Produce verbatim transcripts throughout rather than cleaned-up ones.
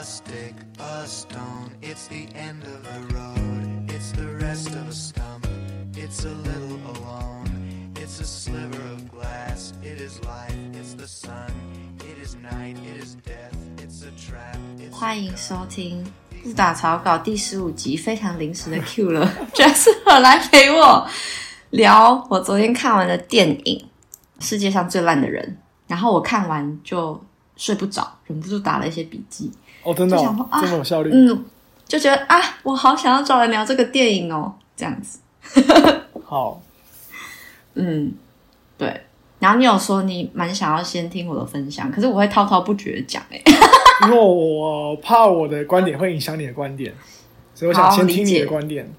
stick, a stone. It's the end of the road. It's the rest of a stump. It's a little alone. It's a sliver of glass. It is life. It's the sun. It is night. It is death. It's a trap. It's a 欢迎收听不打草稿第十五集，非常临时的 Q 了，居然是何来陪我聊我昨天看完的电影《世界上最烂的人》，然后我看完就睡不着，忍不住打了一些笔记。 哦，真的、哦， 就想说啊， 这么有效率。 嗯，就觉得啊，我好想要找人聊这个电影哦，这样子。 好， 嗯，对。然后你有说你蛮想要先听我的分享，可是我会滔滔不绝的讲诶， 因为我怕我的观点会影响你的观点，所以我想先听你的观点。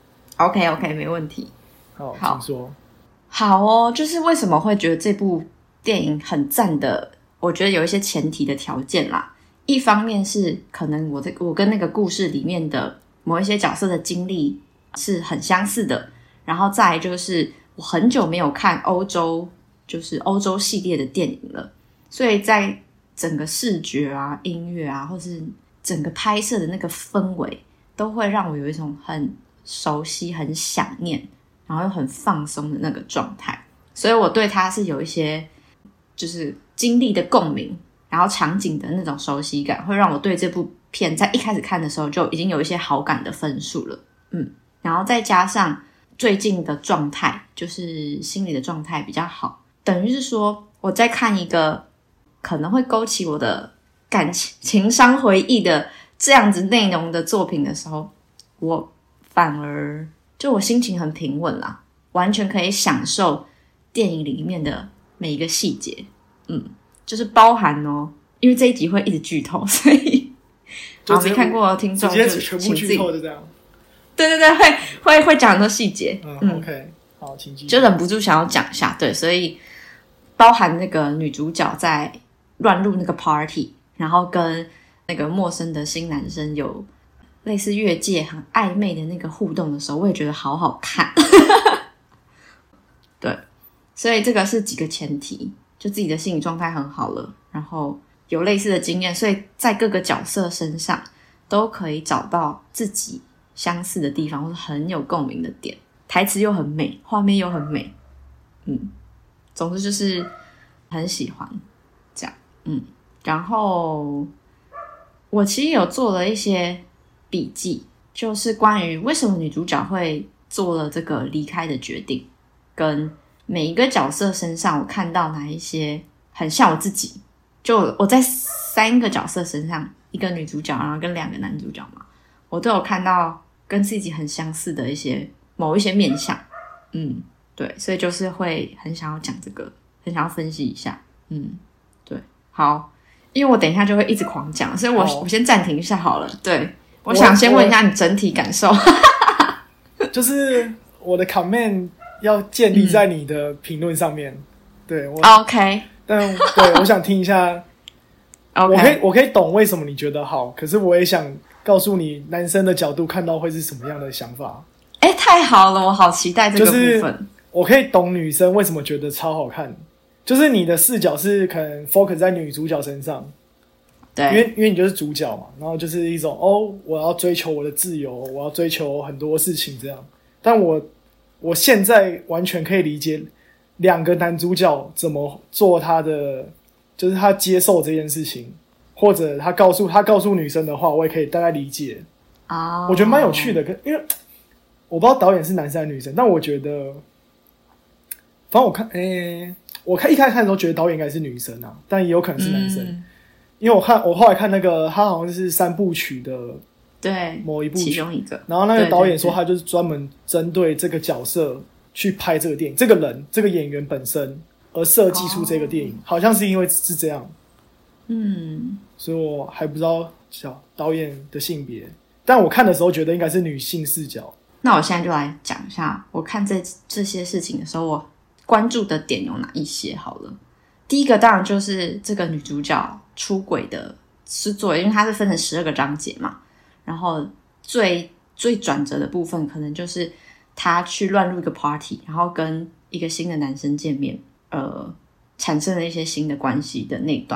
OK OK， 没问题。 好， 好请说。 好哦，就是为什么会觉得这部电影很赞的，我觉得有一些前提的条件啦。一方面是可能我的我跟那个故事里面的某一些角色的经历是很相似的，然后再来就是我很久没有看欧洲就是欧洲系列的电影了，所以在整个视觉啊、音乐啊，或是整个拍摄的那个氛围，都会让我有一种很熟悉、很想念，然后又很放松的那个状态。所以我对它是有一些就是经历的共鸣，然后场景的那种熟悉感，会让我对这部片在一开始看的时候就已经有一些好感的分数了。嗯，然后再加上最近的状态，就是心理的状态比较好，等于是说我在看一个可能会勾起我的感情情伤回忆的这样子内容的作品的时候，我反而就我心情很平稳啦，完全可以享受电影里面的每一个细节。嗯，就是包含哦，因为这一集会一直剧透，所以好没看过的听众就直接全部剧透就这样。 对对对，会会会讲很多细节。 嗯, 嗯 ，OK， 好，请继续。 就忍不住想要讲一下，对，所以包含那个女主角在乱入那个 party， 然后跟那个陌生的新男生有类似越界很暧昧的那个互动的时候，我也觉得好好看。对，所以这个是几个前提，就自己的心理状态很好了，然后有类似的经验，所以在各个角色身上都可以找到自己相似的地方，或者很有共鸣的点，台词又很美，画面又很美，嗯，总之就是很喜欢这样，嗯，然后我其实有做了一些笔记，就是关于为什么女主角会做了这个离开的决定，跟每一个角色身上我看到哪一些很像我自己，就我在三个角色身上，一个女主角然后跟两个男主角嘛，我都有看到跟自己很相似的一些某一些面向，嗯，对，所以就是会很想要讲这个，很想要分析一下，嗯，对，好，因为我等一下就会一直狂讲，所以我我先暂停一下好了，对，我想先问一下你整体感受， 就是我的 comment 要建立在你的评论上面，嗯、对我 OK， 但对我想听一下 ，OK， 我可以我可以懂为什么你觉得好，可是我也想告诉你男生的角度看到会是什么样的想法。 哎，太好了，我好期待这个部分。 就是我可以懂女生为什么觉得超好看，就是你的视角是可能 focus 在女主角身上， 对， 因为因为你就是主角嘛，然后就是一种哦，我要追求我的自由，我要追求很多事情这样。但我我现在完全可以理解两个男主角怎么做他的，就是他接受这件事情。或者他告诉他告诉女生的话，我也可以大概理解啊。Oh. 我觉得蛮有趣的，因为我不知道导演是男生还是女生，但我觉得，反正我看，诶、欸，我看一开始看的时候觉得导演应该是女生啊，但也有可能是男生，嗯、因为我看我后来看那个，他好像是三部曲的对某一部曲， 其中一个， 然后那个导演说他就是专门针对这个角色去拍这个电影，这个人这个演员本身而设计出这个电影， oh. 好像是因为是这样。 嗯， 所以我还不知道小导演的性别，但我看的时候觉得应该是女性视角。 那我现在就来讲一下，我看这这些事情的时候，我关注的点有哪一些好了。第一个当然就是这个女主角出轨的是作，因为它是分成十二个章节嘛，然后最最转折的部分可能就是她去乱入一个 party， 然后跟一个新的男生见面，呃，产生了一些新的关系的那一段。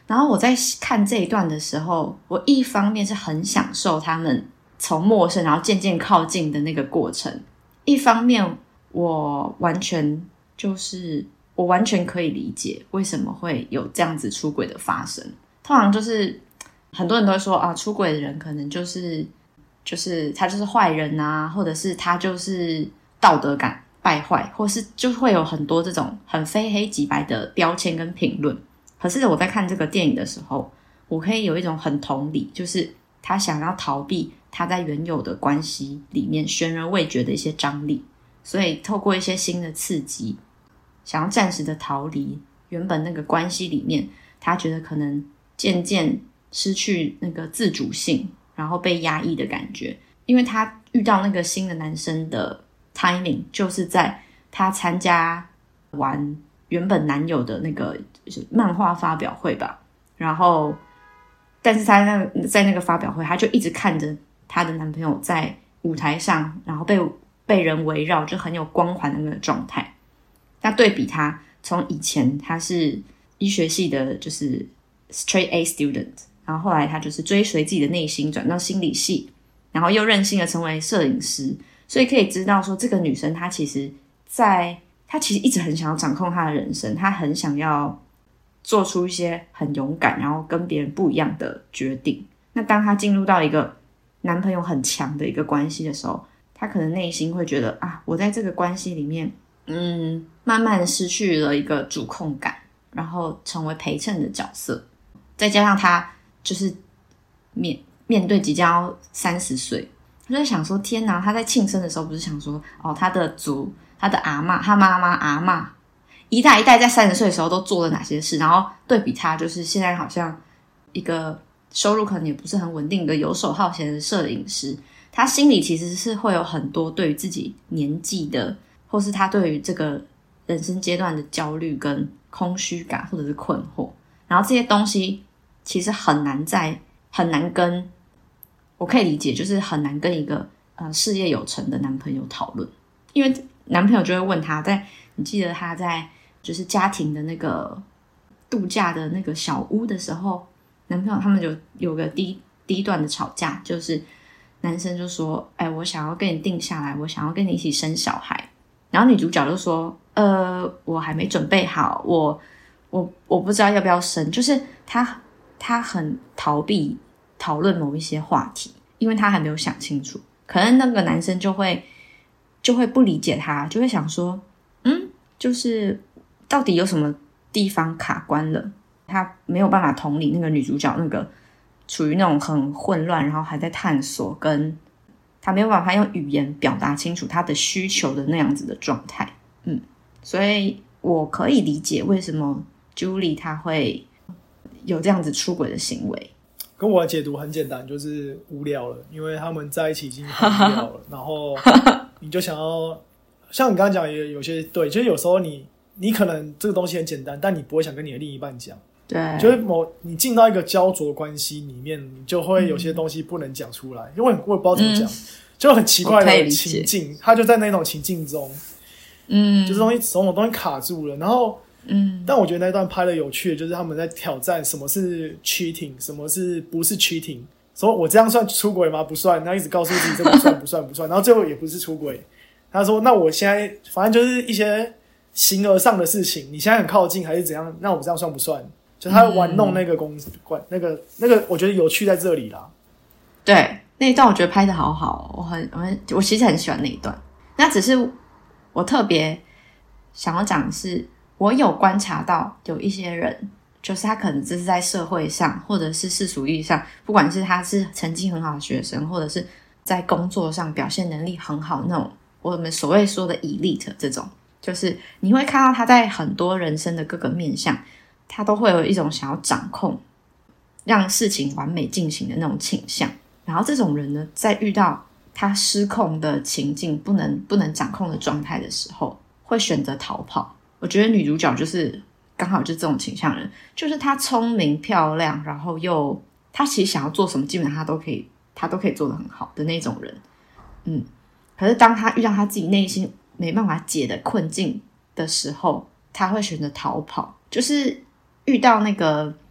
然后我在看这一段的时候，我一方面是很享受他们从陌生然后渐渐靠近的那个过程，一方面我完全就是我完全可以理解为什么会有这样子出轨的发生。通常就是很多人都会说啊，出轨的人可能就是就是他就是坏人啊，或者是他就是道德感败坏，或是就会有很多这种很非黑即白的标签跟评论。可是我在看这个电影的时候，我可以有一种很同理，就是他想要逃避他在原有的关系里面悬而未决的一些张力，所以透过一些新的刺激，想要暂时的逃离原本那个关系里面，他觉得可能渐渐失去那个自主性，然后被压抑的感觉。因为他遇到那个新的男生的 timing 就是在他参加完原本男友的那个漫画发表会吧，然后但是他那个在那个发表会，他就一直看着他的男朋友在舞台上，然后被被人围绕，就很有光环的那个状态。那对比他从以前他是医学系的，就是 straight A student， 然后后来他就是追随自己的内心，转到心理系，然后又任性的成为摄影师。所以可以知道说，这个女生她其实在她其实一直很想要掌控她的人生，她很想要做出一些很勇敢然后跟别人不一样的决定。那当她进入到一个男朋友很强的一个关系的时候，她可能内心会觉得啊，我在这个关系里面嗯，慢慢失去了一个主控感，然后成为陪衬的角色。再加上她就是面面对即将要三十岁，他就在想说，天哪！他在庆生的时候不是想说，哦，他的祖、他的阿嬷、他妈妈、阿嬷一代一代在三十岁的时候都做了哪些事？然后对比他，就是现在好像一个收入可能也不是很稳定的游手好闲的摄影师，他心里其实是会有很多对于自己年纪的，或是他对于这个人生阶段的焦虑跟空虚感，或者是困惑。然后这些东西其实很难在很难跟。我可以理解，就是很难跟一个呃事业有成的男朋友讨论，因为男朋友就会问他，在你记得他在就是家庭的那个度假的那个小屋的时候，男朋友他们就有个第一第一段的吵架，就是男生就说：“哎，我想要跟你定下来，我想要跟你一起生小孩。”然后女主角就说：“呃，我还没准备好，我我我不知道要不要生。”就是他他很逃避讨论某一些话题，因为他还没有想清楚，可能那个男生就会就会不理解他，就会想说，嗯，就是到底有什么地方卡关了，他没有办法同理那个女主角那个处于那种很混乱，然后还在探索，跟他没有办法用语言表达清楚他的需求的那样子的状态。嗯，所以我可以理解为什么 Julie 她会有这样子出轨的行为。 跟我的解读很简单，就是无聊了，因为他们在一起已经很无聊了，然后你就想要，像你刚刚讲也有些对，就是有时候你你可能这个东西很简单，但你不会想跟你的另一半讲， 对， 就是某你进到一个焦灼关系里面，你就会有些东西不能讲出来，因为我也不知道怎么讲，嗯、就很奇怪的情境，他就在那种情境中，嗯，就是东西种种东西卡住了，然后。嗯，但我觉得那段拍的有趣的就是他们在挑战什么是 cheating， 什么是不是 cheating。说我这样算出轨吗？不算。然后一直告诉自己这不算不算不算，然后最后也不是出轨。他说：“那我现在反正就是一些形而上的事情，你现在很靠近还是怎样？那我这样算不算？”就他玩弄那个公关、嗯、那个那个，我觉得有趣在这里啦。 对，那一段我觉得拍的好好，我很我很我其实很喜欢那一段。那只是我特别想要讲的是。我有观察到有一些人，就是他可能只是在社会上或者是世俗意义上，不管是他是成绩很好的学生，或者是在工作上表现能力很好那种我们所谓说的 elite 这种，就是你会看到他在很多人生的各个面向，他都会有一种想要掌控让事情完美进行的那种倾向。然后这种人呢，在遇到他失控的情境不能不能掌控的状态的时候，会选择逃跑。我觉得女主角就是刚好就是这种倾向人，就是她聪明漂亮，然后又她其实想要做什么基本上她都可以她都可以做得很好的那种人。嗯，可是当她遇到她自己内心没办法解的困境的时候，她会选择逃跑。就是遇到那个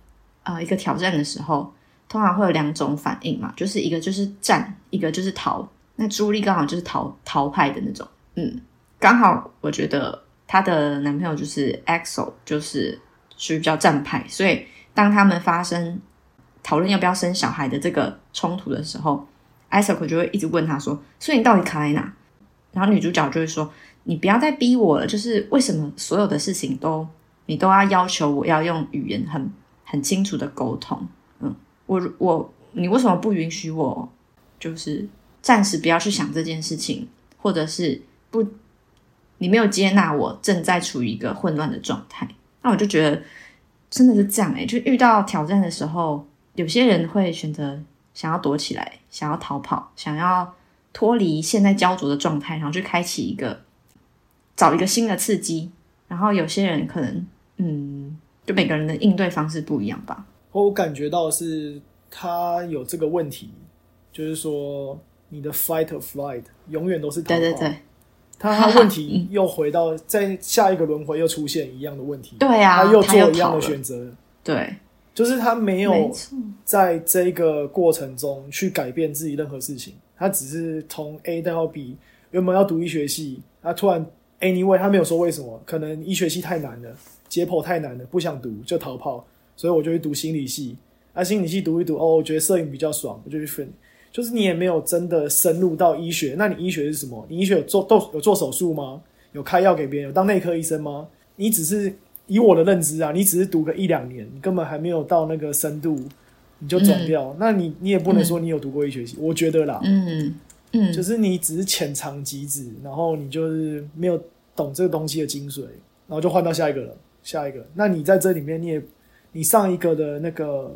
呃一个挑战的时候，通常会有两种反应嘛，就是一个就是战，一个就是逃。那朱莉刚好就是逃逃派的那种，嗯，刚好我觉得她的男朋友就是 Axel， 就是属于比较战派，所以当他们发生讨论要不要生小孩的这个冲突的时候， Axel 就会一直问他说，所以你到底卡在哪？然后女主角就会说，你不要再逼我了，就是为什么所有的事情都你都要要求我要用语言很很清楚的沟通，嗯，我我你为什么不允许我就是暂时不要去想这件事情，或者是不你没有接纳我正在处于一个混乱的状态。那我就觉得真的是这样欸，就遇到挑战的时候，有些人会选择想要躲起来，想要逃跑，想要脱离现在焦灼的状态，然后去开启一个找一个新的刺激。然后有些人可能嗯，就每个人的应对方式不一样吧。 我感觉到是他有这个问题，就是说你的 fight or flight 永远都是逃跑。 对对对， 他问题又回到在下一个轮回又出现一样的问题。 对啊， 他又做一样的选择。 对， 就是他没有在这个过程中去改变自己任何事情，他只是从 A 带到 B， 原本要读医学系，他突然 anyway 他没有说为什么，可能医学系太难了，解剖太难了，不想读就逃跑，所以我就去读心理系。啊，心理系读一读，哦，我觉得摄影比较爽，我就去分。就是你也没有真的深入到医学，那你医学是什么？你医学有做有做手术吗？有开药给别人？有当内科医生吗？你只是以我的认知啊，你只是读个一两年，你根本还没有到那个深度，你就转掉。嗯、那你你也不能说你有读过医学系，嗯、我觉得啦， 嗯嗯， 就是你只是浅尝即止，然后你就是没有懂这个东西的精髓，然后就换到下一个了，下一个。那你在这里面，你也你上一个的那个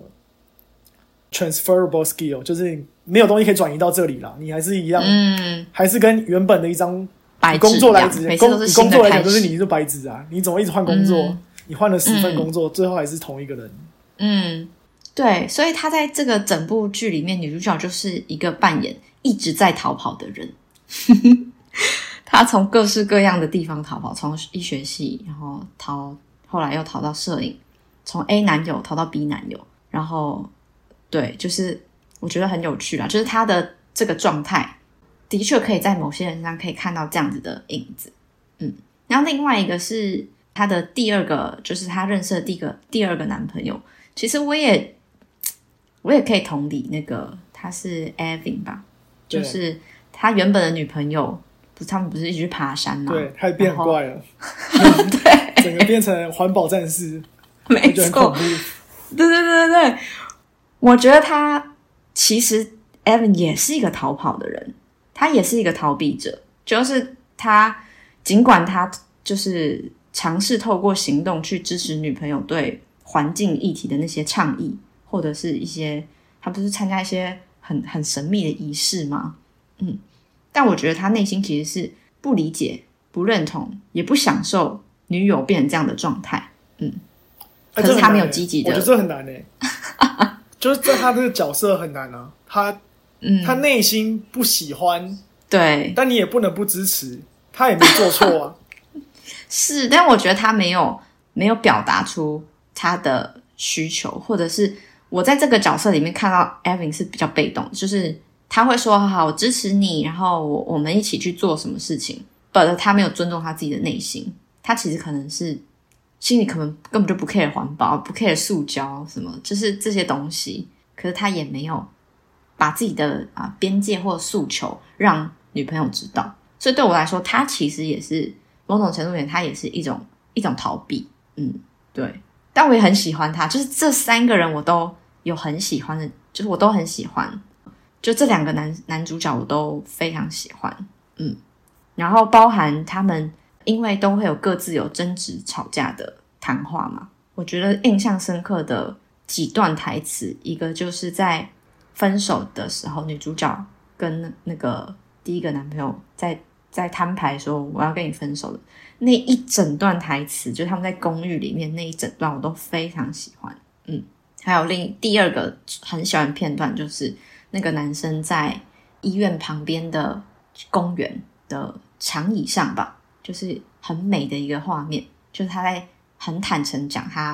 transferable skill， 就是没有东西可以转移到这里啦，你还是一样，嗯，还是跟原本的一张白纸工作来讲，工你工作来讲就是你是白纸啊，你怎么一直换工作？嗯、你换了十份工作， 嗯、 最后还是同一个人。 嗯，对，所以他在这个整部剧里面，女主角就是一个扮演一直在逃跑的人。她从各式各样的地方逃跑，从医学系，然后逃，后来又逃到摄影，从 A 男友逃到 B 男友，然后对，就是我觉得很有趣啦，就是她的这个状态的确可以在某些人身上可以看到这样子的影子。嗯，然后另外一个是她的第二个，就是她认识的第一个第二个男朋友，其实我也我也可以同理，那个他是 Evan 吧，就是他原本的女朋友，不是他们不是一直去爬山吗？ 对，他变很怪了， 对， 整个变成环保战士， 没错，对对对对对，我觉得他其实 Evan 也是一个逃跑的人，他也是一个逃避者，就是他尽管他就是尝试透过行动去支持女朋友对环境议题的那些倡议，或者是一些他不是参加一些很很神秘的仪式吗？嗯，但我觉得他内心其实是不理解、不认同，也不享受女友变成这样的状态。嗯，可是他没有积极的， 我觉得这很难诶、欸，就是在他这个角色很难啊。他嗯，他内心不喜欢， 对， 但你也不能不支持，他也没做错啊。 是，但我觉得他没有没有表达出他的需求，或者是我在这个角色里面看到 Evan 是比较被动，就是他会说好我支持你，然后我我们一起去做什么事情， but 他没有尊重他自己的内心，他其实可能是心里可能根本就不 care 环保，不 care 塑胶什么，就是这些东西，可是他也没有把自己的啊边界或诉求让女朋友知道，所以对我来说他其实也是某种程度上他也是一种一种逃避。嗯，对，但我也很喜欢他，就是这三个人我都有很喜欢的，就是我都很喜欢，就这两个男男主角我都非常喜欢。嗯，然后包含他们因为都会有各自有争执吵架的谈话嘛，我觉得印象深刻的几段台词，一个就是在分手的时候，女主角跟那个第一个男朋友在在摊牌说我要跟你分手了，那一整段台词，就是他们在公寓里面那一整段我都非常喜欢。嗯，还有另第二个很喜欢的片段，就是那个男生在医院旁边的公园的长椅上吧，就是很美的一个画面，就是他在很坦诚讲他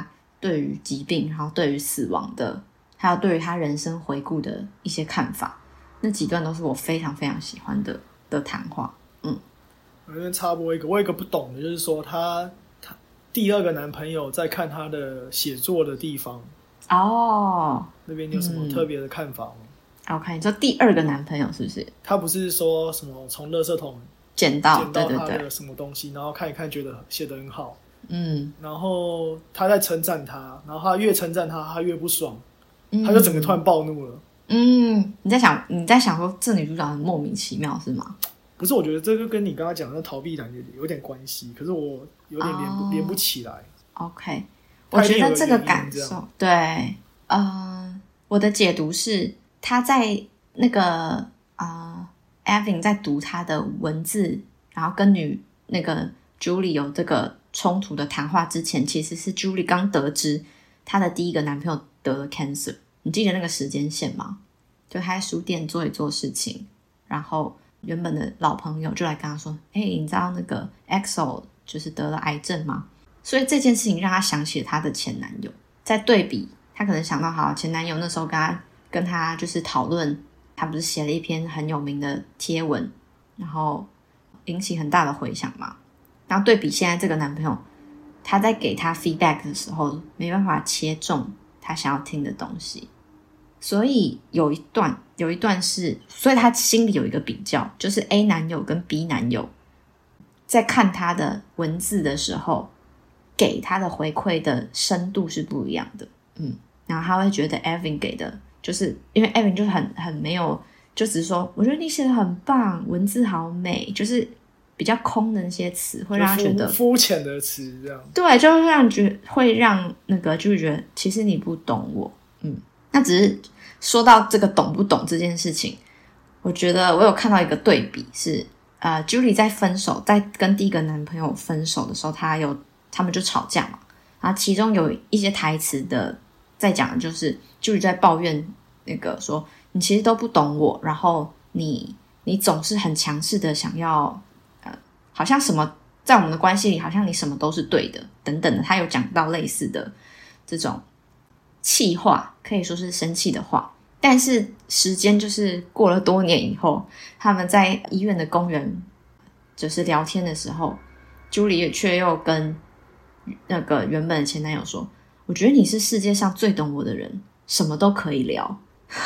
对于疾病，然后对于死亡的，还有对于他人生回顾的一些看法，那几段都是我非常非常喜欢的的谈话。嗯， 我这边插播一个，我有一个不懂的，就是说他他第二个男朋友在看他的写作的地方哦， 那边你有什么特别的看法吗？ 嗯、OK， 你说第二个男朋友是不是？ 他不是说什么从垃圾桶捡到捡到他对对对的什么东西，然后看一看觉得写得很好， 嗯， 然后他在称赞他，然后他越称赞他，他越不爽， 嗯他就整个突然暴怒了。 嗯，你在想你在想说这女主角很莫名其妙是吗？ 不是，我觉得这个跟你刚刚讲的逃避感有点关系，可是我有点连不、哦、连不起来。 OK， 我觉得这个感受，对，呃，我的解读是他在那个呃 Evan 在读他的文字，然后跟女那个 Julie 有这个冲突的谈话之前，其实是 Julie 刚得知她的第一个男朋友得了 cancer。你记得那个时间线吗？就他在书店做一做事情，然后原本的老朋友就来跟他说：“哎、欸，你知道那个 X O 就是得了癌症吗？”所以这件事情让他想起了他的前男友。在对比，他可能想到，好，前男友那时候跟他跟他就是讨论，他不是写了一篇很有名的贴文，然后引起很大的回响嘛。然后对比现在这个男朋友，他在给他 feedback 的时候，没办法切中他想要听的东西。所以有一段有一段是，所以他心里有一个比较，就是 A 男友跟 B 男友在看他的文字的时候，给他的回馈的深度是不一样的。嗯，然后他会觉得 Evan 给的，就是因为 Evan 就是很很没有，就只是说我觉得你写的很棒，文字好美，就是比较空的那些词会让他觉得肤浅的词这样。 对，就会让觉会让那个就是觉得其实你不懂我。嗯，那只是说到这个懂不懂这件事情，我觉得我有看到一个对比是，呃 Julie 在分手，在跟第一个男朋友分手的时候，他有他们就吵架嘛，然后其中有一些台词的在讲的就是 Julie 在抱怨那个说你其实都不懂我，然后你你总是很强势的想要呃，好像什么在我们的关系里好像你什么都是对的等等的，他有讲到类似的这种气话，可以说是生气的话。但是时间就是过了多年以后，他们在医院的公园就是聊天的时候， Julie 却又跟那个原本的前男友说，我觉得你是世界上最懂我的人，什么都可以聊。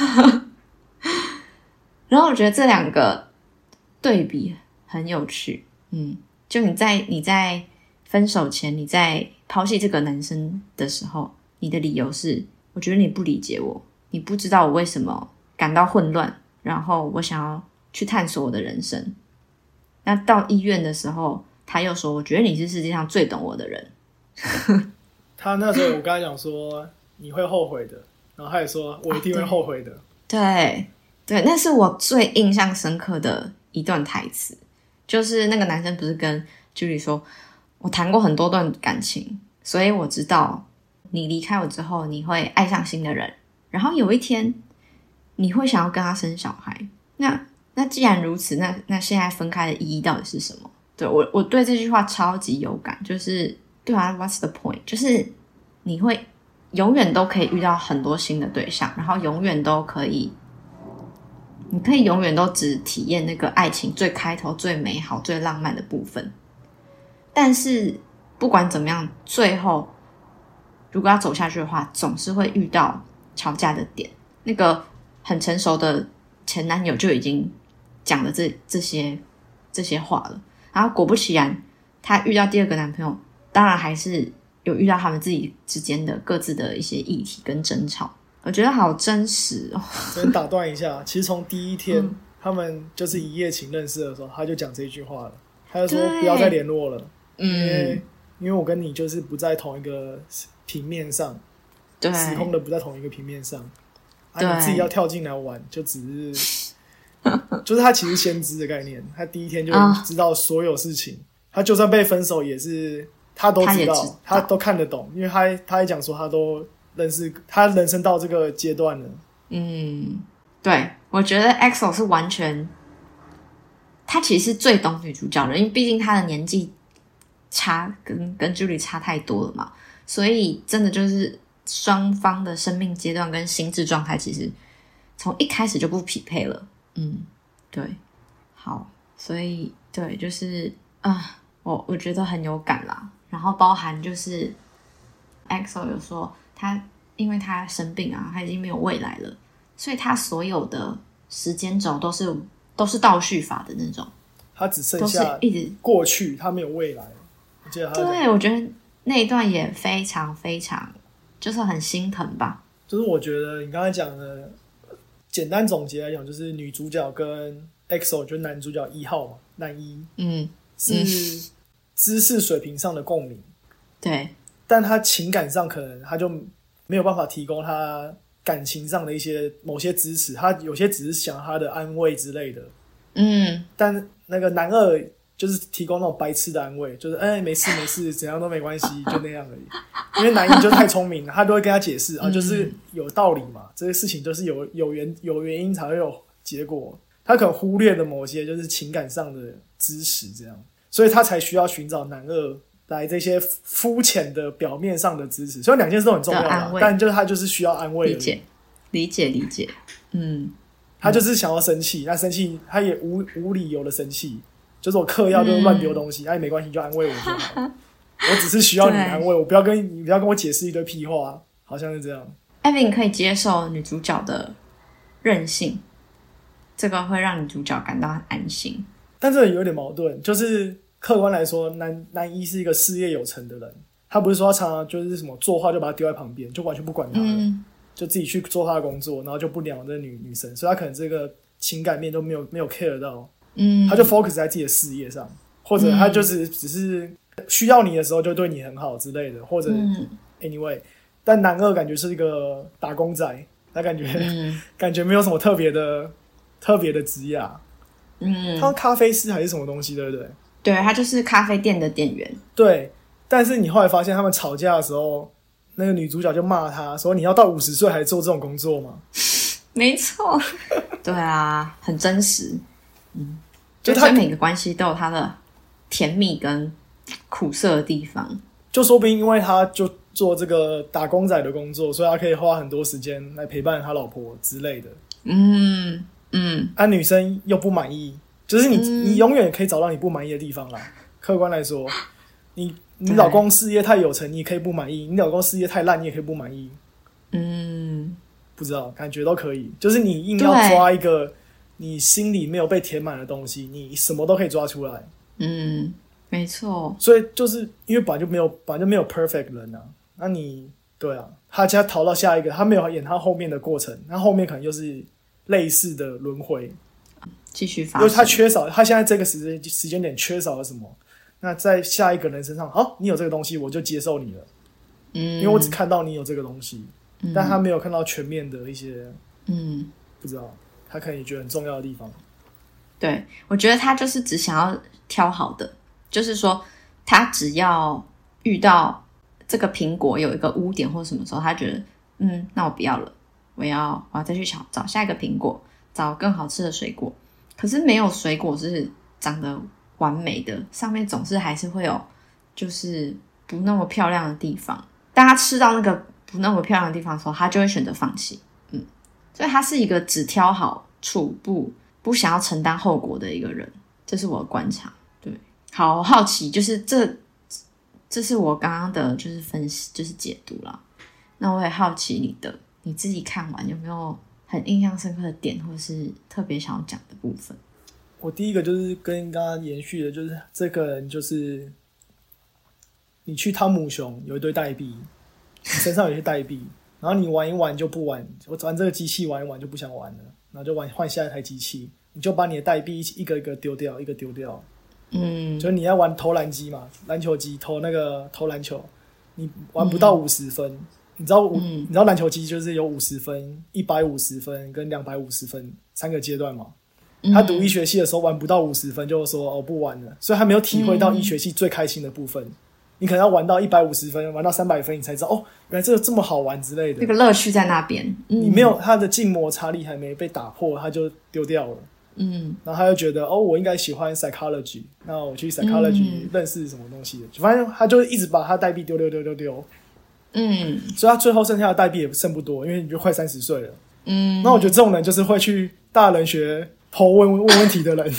然后我觉得这两个对比很有趣。嗯，就你在你在分手前，你在抛弃这个男生的时候，你的理由是我觉得你不理解我，你不知道我为什么感到混乱，然后我想要去探索我的人生。那到医院的时候，他又说我觉得你是世界上最懂我的人。 他那时候我跟他讲说你会后悔的，然后他也说我一定会后悔的。 啊、对对，那是我最印象深刻的一段台词，就是那个男生不是跟 Julie 说，我谈过很多段感情，所以我知道你离开我之后你会爱上新的人，然后有一天你会想要跟他生小孩。那那既然如此，那那现在分开的意义到底是什么？对，我我对这句话超级有感，就是对啊 ，What's the point？ 就是你会永远都可以遇到很多新的对象，然后永远都可以，你可以永远都只体验那个爱情最开头、最美好、最浪漫的部分。但是不管怎么样，最后如果要走下去的话，总是会遇到吵架的点。那个很成熟的前男友就已经讲了这这些这些话了，然后果不其然，他遇到第二个男朋友，当然还是有遇到他们自己之间的各自的一些议题跟争吵。我觉得好真实哦。 先打断一下，其实从第一天、嗯、他们就是一夜情认识的时候，他就讲这句话了，他就说不要再联络了，嗯，因为因为我跟你就是不在同一个平面上，对，时空的不在同一个平面上，啊，你自己要跳进来玩，就只是，就是他其实先知的概念，他第一天就知道所有事情，哦、他就算被分手也是他都知道， 他, 知道他都看得懂，因为他他还讲说他都认识，他人生到这个阶段了。嗯， 对，我觉得 X O 是完全，他其实是最懂女主角的，因为毕竟他的年纪差跟跟 Julie 差太多了嘛， 所以真的就是双方的生命阶段跟心智状态其实从一开始就不匹配了。嗯，对，好，所以对，就是啊，我我觉得很有感啦。然后包含就是 E X O 有说他因为他生病啊，他已经没有未来了，所以他所有的时间轴都是都是倒叙法的那种， 他只剩下一直过去，他没有未来。我记得他对，我觉得那一段也非常非常就是很心疼吧。 就是我觉得你刚才讲的，简单总结来讲，就是女主角跟 E X O 就是男主角一号嘛，男一， 嗯， 是知识水平上的共鸣， 对， 但他情感上可能他就没有办法提供他感情上的一些某些支持，他有些只是想他的安慰之类的， 嗯， 但那个男二就是提供那种白痴的安慰，就是哎、欸、没事没事，怎样都没关系，就那样而已。因为男一就太聪明了，他都会跟他解释啊，就是有道理嘛，这些事情就是有有原有原因才会有结果。他可能忽略了某些就是情感上的支持，这样，所以他才需要寻找男二来这些肤浅的表面上的支持。所以两件事都很重要啦，但就是他就是需要安慰而已。 理解，理解，理解。嗯， 他就是想要生气，那生气他也无无理由的生气，就是我嗑药就乱丢东西，那、嗯啊、也没关系，就安慰我就好。我只是需要你安慰我，不要跟你不要跟我解释一堆屁话，好像是这样。 Evan 可以接受女主角的任性，这个会让女主角感到很安心。 但这有点矛盾，就是客观来说，男男一是一个事业有成的人，他不是说他常常就是什么作画就把他丢在旁边，就完全不管他了、嗯，就自己去做他的工作，然后就不鸟这女女生，所以他可能这个情感面都没有没有 care 到，嗯，他就 focus 在自己的事业上，或者他就是只是需要你的时候就对你很好之类的，或者 anyway， 但男二感觉是一个打工仔，他感觉、嗯、感觉没有什么特别的特别的职业，嗯，他咖啡师还是什么东西，对不对？ 对，他就是咖啡店的店员。 对，但是你后来发现他们吵架的时候，那个女主角就骂他说：“你要到五十岁还做这种工作吗？” 没错，对啊，很真实。嗯，就他每个关系都有他的甜蜜跟苦涩的地方。 就说不定因为他就做这个打工仔的工作，所以他可以花很多时间来陪伴他老婆之类的。嗯嗯，啊，女生又不满意。就是你、嗯，你永远可以找到你不满意的地方啦。客观来说，你你老公事业太有成，你也可以不满意；你老公事业太烂，你也可以不满意。嗯，不知道，感觉都可以。就是你硬要抓一个你心里没有被填满的东西，你什么都可以抓出来。 嗯，没错。 所以就是因为本来就没有本来就没有 perfect 人啊。那你对啊，他现在逃到下一个，他没有演他后面的过程，那后面可能又是类似的轮回。 继续发生， 因为他缺少，他现在这个时间时间点缺少了什么？那在下一个人身上，好，你有这个东西，我就接受你了。嗯，因为我只看到你有这个东西，嗯、但他没有看到全面的一些，嗯，不知道，他可能也觉得很重要的地方。 对，我觉得他就是只想要挑好的，就是说，他只要遇到这个苹果有一个污点或什么时候，他觉得，嗯，那我不要了，我要我要再去找找下一个苹果，找更好吃的水果。可是没有水果是长得完美的，上面总是还是会有就是不那么漂亮的地方。当他吃到那个不那么漂亮的地方的时候，他就会选择放弃。嗯，所以他是一个只挑好处不不想要承担后果的一个人，这是我的观察。对，好，我好奇，就是这这是我刚刚的就是分析，就是解读啦。那我也好奇你的，你自己看完有没有很印象深刻的点，或是特别想要讲的部分？ 我第一个就是跟刚刚延续的，就是这个人就是你去汤姆熊有一堆代币，你身上有一些代币，然后你玩一玩就不玩，我玩这个机器玩一玩就不想玩了，然后就玩换下一台机器，你就把你的代币一个一个丢掉，一个丢掉。嗯，就是你要玩投篮机嘛，篮球机投那个投篮球，你玩不到五十分。嗯，你知道，嗯、你知道篮球机就是有五十分、一百五十分跟两百五十分三个阶段嘛？嗯、他读医学系的时候玩不到五十分，就说哦不玩了，所以他没有体会到医学系最开心的部分。嗯、你可能要玩到一百五十分，玩到三百分，你才知道哦，原来这个这么好玩之类的。 那个乐趣在那边。嗯、 你没有他的静摩擦力还没被打破，他就丢掉了。嗯，然后他就觉得哦，我应该喜欢 psychology， 那我去 psychology 认识什么东西的，反正他就一直把他代币丢丢丢丢丢。 嗯， 所以他最后剩下的代币也剩不多，因为你就快三十岁了。 嗯， 那我觉得这种人就是会去大人学头问问问题的人。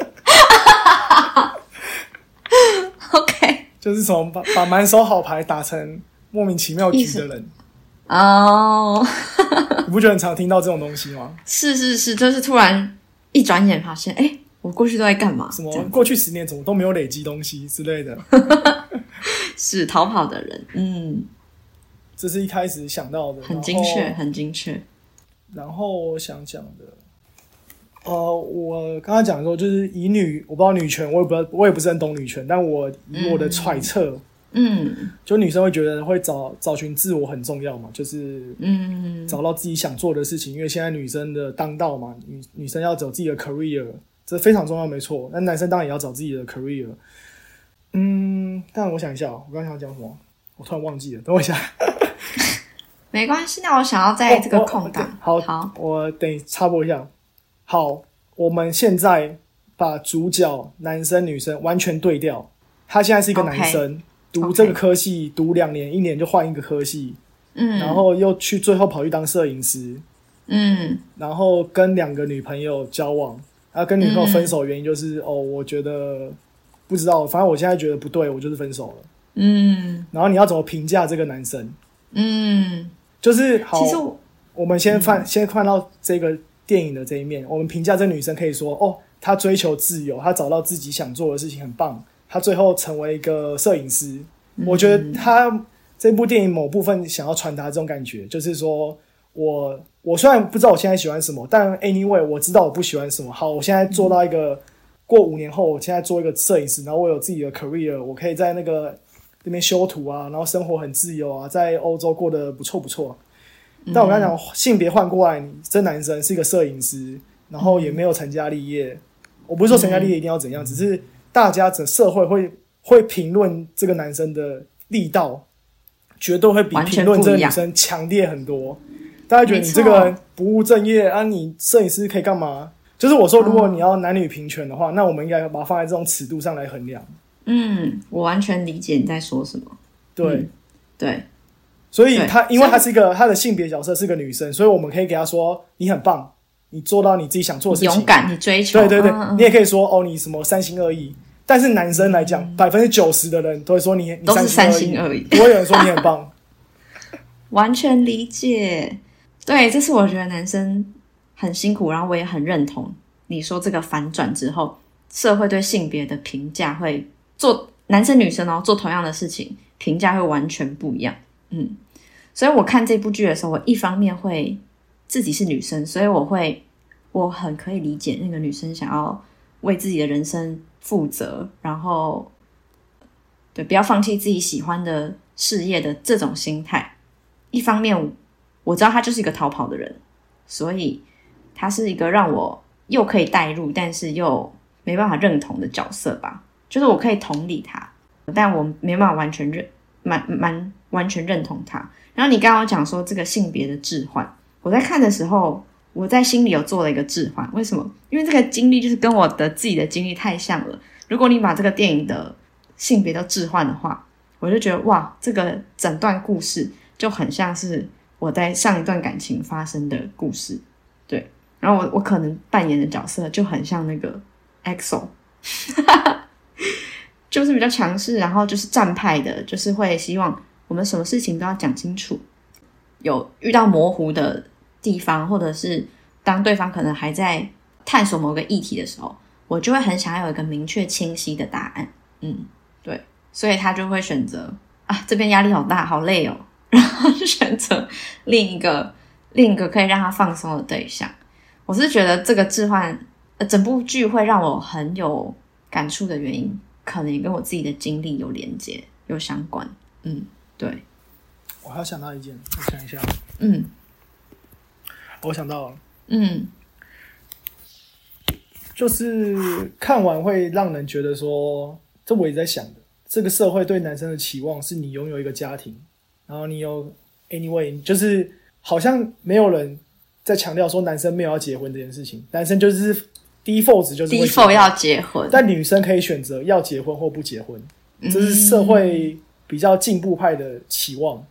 OK， 就是什么把把满手好牌打成莫名其妙局的人。 哦， 你不觉得很常听到这种东西吗？ 是是是，就是突然一转眼发现，哎，我过去都在干嘛？ 什么过去十年怎么都没有累积东西之类的。 是逃跑的人，嗯， 这是一开始想到的， 很精确，很精确。 然后我想讲的，呃，我刚刚讲说，就是以女，我不知道女权，我也不知道，我也不是很懂女权，但我以我的揣测， 嗯， 就女生会觉得会找找寻自我很重要嘛，就是嗯， 找到自己想做的事情，因为现在女生的当道嘛，女女生要走自己的 career， 这非常重要，没错。那男生当然也要找自己的 career。嗯，但我想一下，我刚刚想讲什么，我突然忘记了，等我一下。 没关系，那我想要在这个空档、 哦、好， 好， 我等你插播一下。好，我们现在把主角男生女生完全对调。他现在是一个男生， okay, 读这个科系， okay. 读两年，一年就换一个科系，嗯，然后又去最后跑去当摄影师，嗯，然后跟两个女朋友交往，然后跟女朋友分手原因就是、嗯、哦，我觉得不知道，反正我现在觉得不对，我就是分手了，嗯，然后你要怎么评价这个男生？嗯。就是好，其实 我, 我们先看、嗯、先看到这个电影的这一面，我们评价这女生可以说，哦，她追求自由，她找到自己想做的事情很棒，她最后成为一个摄影师、嗯、我觉得她这部电影某部分想要传达这种感觉，就是说我我虽然不知道我现在喜欢什么，但 anyway 我知道我不喜欢什么，好，我现在做到一个、嗯、过五年后我现在做一个摄影师，然后我有自己的 career， 我可以在那个那边修图啊，然后生活很自由啊，在欧洲过得不错不错。但我刚才讲性别换过来，你这男生是一个摄影师，然后也没有成家立业。我不是说成家立业一定要怎样，只是大家整社会会会评论这个男生的力道，绝对会比评论这个女生强烈很多。大家觉得你这个人不务正业啊，你摄影师可以干嘛？就是我说，如果你要男女平权的话，那我们应该把它放在这种尺度上来衡量。 嗯，我完全理解你在说什么。 对， 嗯、对。 所以他因为他是一个他的性别角色是个女生，所以我们可以给他说你很棒，你做到你自己想做的事情， 勇敢，你追求， 对对对， 嗯嗯， 你也可以说哦，你什么三心二意。但是男生来讲，百分之九十的人都会说你你都是三心二意， 不会有人说你很棒。 完全理解，对，这是我觉得男生很辛苦，然后我也很认同你说这个反转之后，社会对性别的评价会做男生女生哦做同样的事情，评价会完全不一样，嗯。所以我看这部剧的时候，我一方面会自己是女生，所以我会我很可以理解那个女生想要为自己的人生负责，然后对不要放弃自己喜欢的事业的这种心态。一方面我知道他就是一个逃跑的人，所以他是一个让我又可以带入但是又没办法认同的角色吧，就是我可以同理他，但我没办法完全认蛮蛮完全认同他。然后你刚刚讲说这个性别的置换，我在看的时候我在心里有做了一个置换。为什么？因为这个经历就是跟我的自己的经历太像了，如果你把这个电影的性别都置换的话，我就觉得哇，这个整段故事就很像是我在上一段感情发生的故事。对，然后我我可能扮演的角色就很像那个 X O 就是比较强势，然后就是战派的，就是会希望我们什么事情都要讲清楚，有遇到模糊的地方，或者是当对方可能还在探索某个议题的时候，我就会很想要有一个明确清晰的答案。嗯，对，所以他就会选择啊，这边压力好大好累哦，然后就选择另一个另一个可以让他放松的对象。我是觉得这个置换呃，整部剧会让我很有感触的原因，可能也跟我自己的经历有连结有相关。嗯，对。 我还要想到一件，我想一下。 嗯， 我想到了。 嗯， 就是看完会让人觉得说，这我也在想的，这个社会对男生的期望是你拥有一个家庭，然后你有 anyway， 就是好像没有人在强调说男生没有要结婚这件事情，男生就是 default 就是会 default 要结婚， 但女生可以选择要结婚或不结婚，这是社会比较进步派的期望。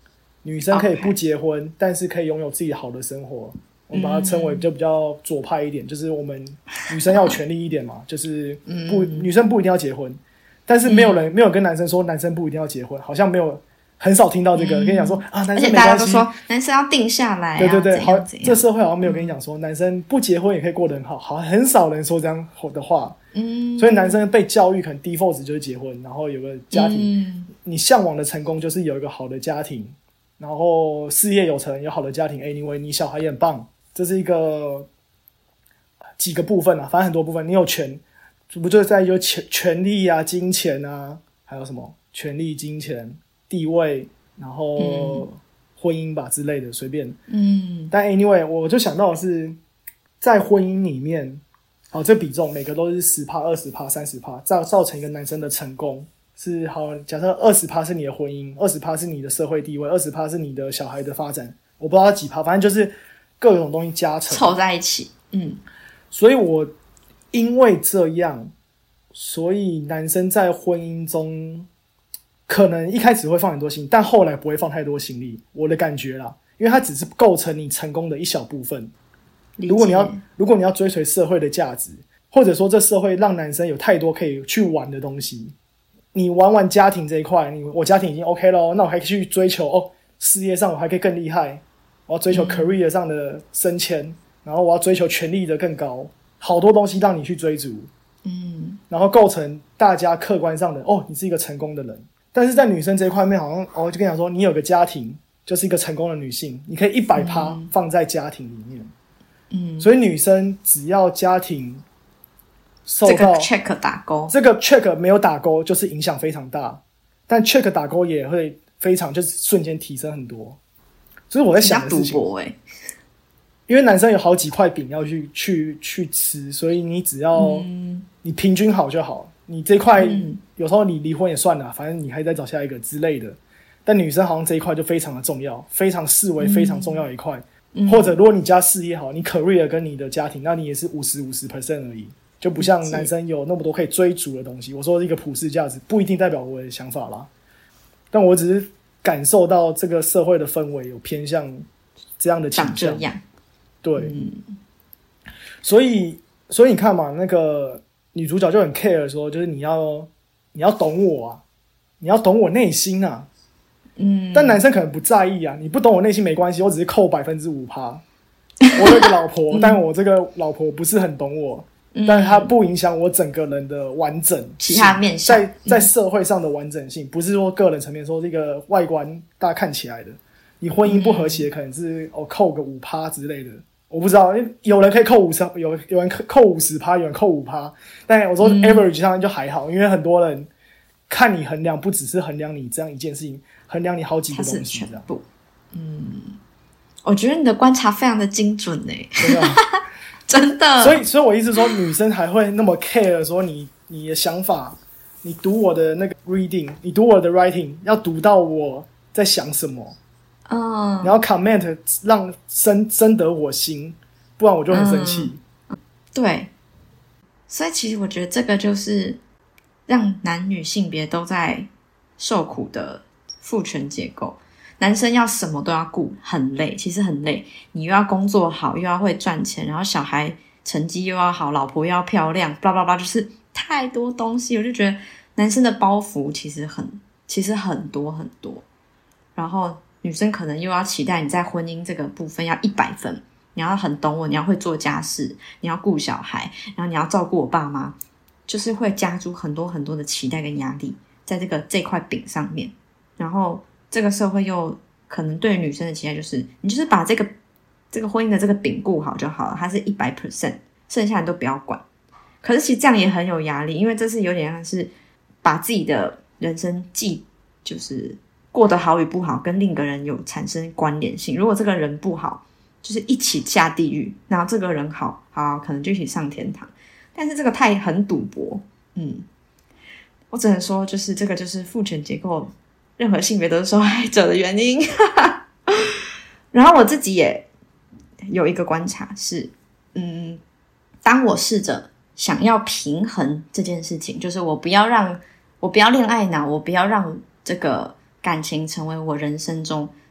女生可以不结婚， okay. 但是可以拥有自己好的生活。我们把它称为就比较左派一点，嗯、就是我们女生要有权利一点嘛，就是不、嗯、女生不一定要结婚，但是没有人、嗯、没有跟男生说男生不一定要结婚，好像没有很少听到这个、嗯、跟你讲说啊，男生没关系，而且大家都说男生要定下来、啊， 对对对，好，这社会好像没有跟你讲说、嗯、男生不结婚也可以过得很好，好像很少人说这样的话，嗯，所以男生被教育可能 default 就是结婚，然后有个家庭，嗯、你向往的成功就是有一个好的家庭，然后事业有成，有好的家庭 ，anyway 你小孩也很棒。这是一个几个部分啊，反正很多部分。你有权，不就是在有权权力啊、金钱啊，还有什么权力、金钱、地位，然后婚姻吧之类的，随便。嗯。但 anyway， 我就想到的是，在婚姻里面，好，这比重每个都是十趴、二十趴、三十趴，造造成一个男生的成功是好。假设二十趴是你的婚姻，二十趴是你的社会地位，二十趴是你的小孩的发展，我不知道几趴，反正就是。各种东西加成凑在一起，嗯， 所以我因为这样，所以男生在婚姻中可能一开始会放很多心，但后来不会放太多心力，我的感觉啦，因为它只是构成你成功的一小部分。如果你要如果你要追随社会的价值，或者说这社会让男生有太多可以去玩的东西，你玩完家庭这一块，你我家庭已经 OK 咯，那我还可以去追求哦，事业上我还可以更厉害。我要追求 career 上的升迁、嗯、然后我要追求权力的更高，好多东西让你去追逐，嗯，然后构成大家客观上的哦，你是一个成功的人。但是在女生这一块面，好像哦，就跟你讲说，你有个家庭就是一个成功的女性，你可以 百分之百 放在家庭里面，嗯，所以女生只要家庭受到这个 check 打勾， 这个 check 没有打勾就是影响非常大，但 check 打勾也会非常就是瞬间提升很多。这是我在想的事情，欸、因为男生有好几块饼要去去去吃，所以你只要、嗯、你平均好就好。你这块、嗯、有时候你离婚也算了，反正你还在找下一个之类的。但女生好像这一块就非常的重要，非常视为非常重要的一块。嗯、或者如果你家事业好，你 career 跟你的家庭，那你也是五十五十 percent 而已，就不像男生有那么多可以追逐的东西。我说一个普世价值，不一定代表我的想法啦，但我只是。感受到这个社会的氛围有偏向这样的倾向， 长这样， 对，嗯、所以所以你看嘛，那个女主角就很 care 说，就是你要你要懂我啊，你要懂我内心啊，嗯，但男生可能不在意啊，你不懂我内心没关系，我只是扣百分之五趴，我有一个老婆，嗯、但我这个老婆不是很懂我。但是它不影响我整个人的完整性， 其他面向在在社会上的完整性，不是说个人层面，说这个外观大家看起来的。你婚姻不和谐，可能是哦扣个五趴之类的，我不知道，有人可以扣五十，有有人扣五十趴，有人扣五趴，但我说 average 上就还好，因为很多人看你衡量，不只是衡量你这样一件事情，衡量你好几个东西这样。 嗯，我觉得你的观察非常的精准诶、欸。真的， 所以，所以我意思说，女生还会那么 care 说你你的想法，你读我的那个 reading， 你读我的 writing， 要读到我在想什么，嗯，然后 comment 让深深得我心，不然我就很生气、 嗯。对，所以其实我觉得这个就是让男女性别都在受苦的父权结构。男生要什么都要顾，很累，其实很累。你又要工作好，又要会赚钱，然后小孩成绩又要好，老婆又要漂亮，巴拉巴拉，就是太多东西。我就觉得男生的包袱其实很，其实很多很多。然后女生可能又要期待你在婚姻这个部分要一百分，你要很懂我，你要会做家事，你要顾小孩，然后你要照顾我爸妈，就是会加诸很多很多的期待跟压力在这个这块饼上面，然后。这个社会又可能对女生的期待就是，你就是把这个这个婚姻的这个饼顾好就好了，它是一百 percent， 剩下的都不要管。可是其实这样也很有压力，因为这是有点像是把自己的人生既就是过得好与不好跟另一个人有产生关联性。如果这个人不好，就是一起下地狱；然后这个人好，好可能就一起上天堂。但是这个太很赌博，嗯，我只能说，就是这个就是父权结构。任何性别都是受害者的原因然后我自己也有一个观察是嗯，当我试着想要平衡这件事情，就是我不要让我不要恋爱脑，我不要让这个感情成为我人生中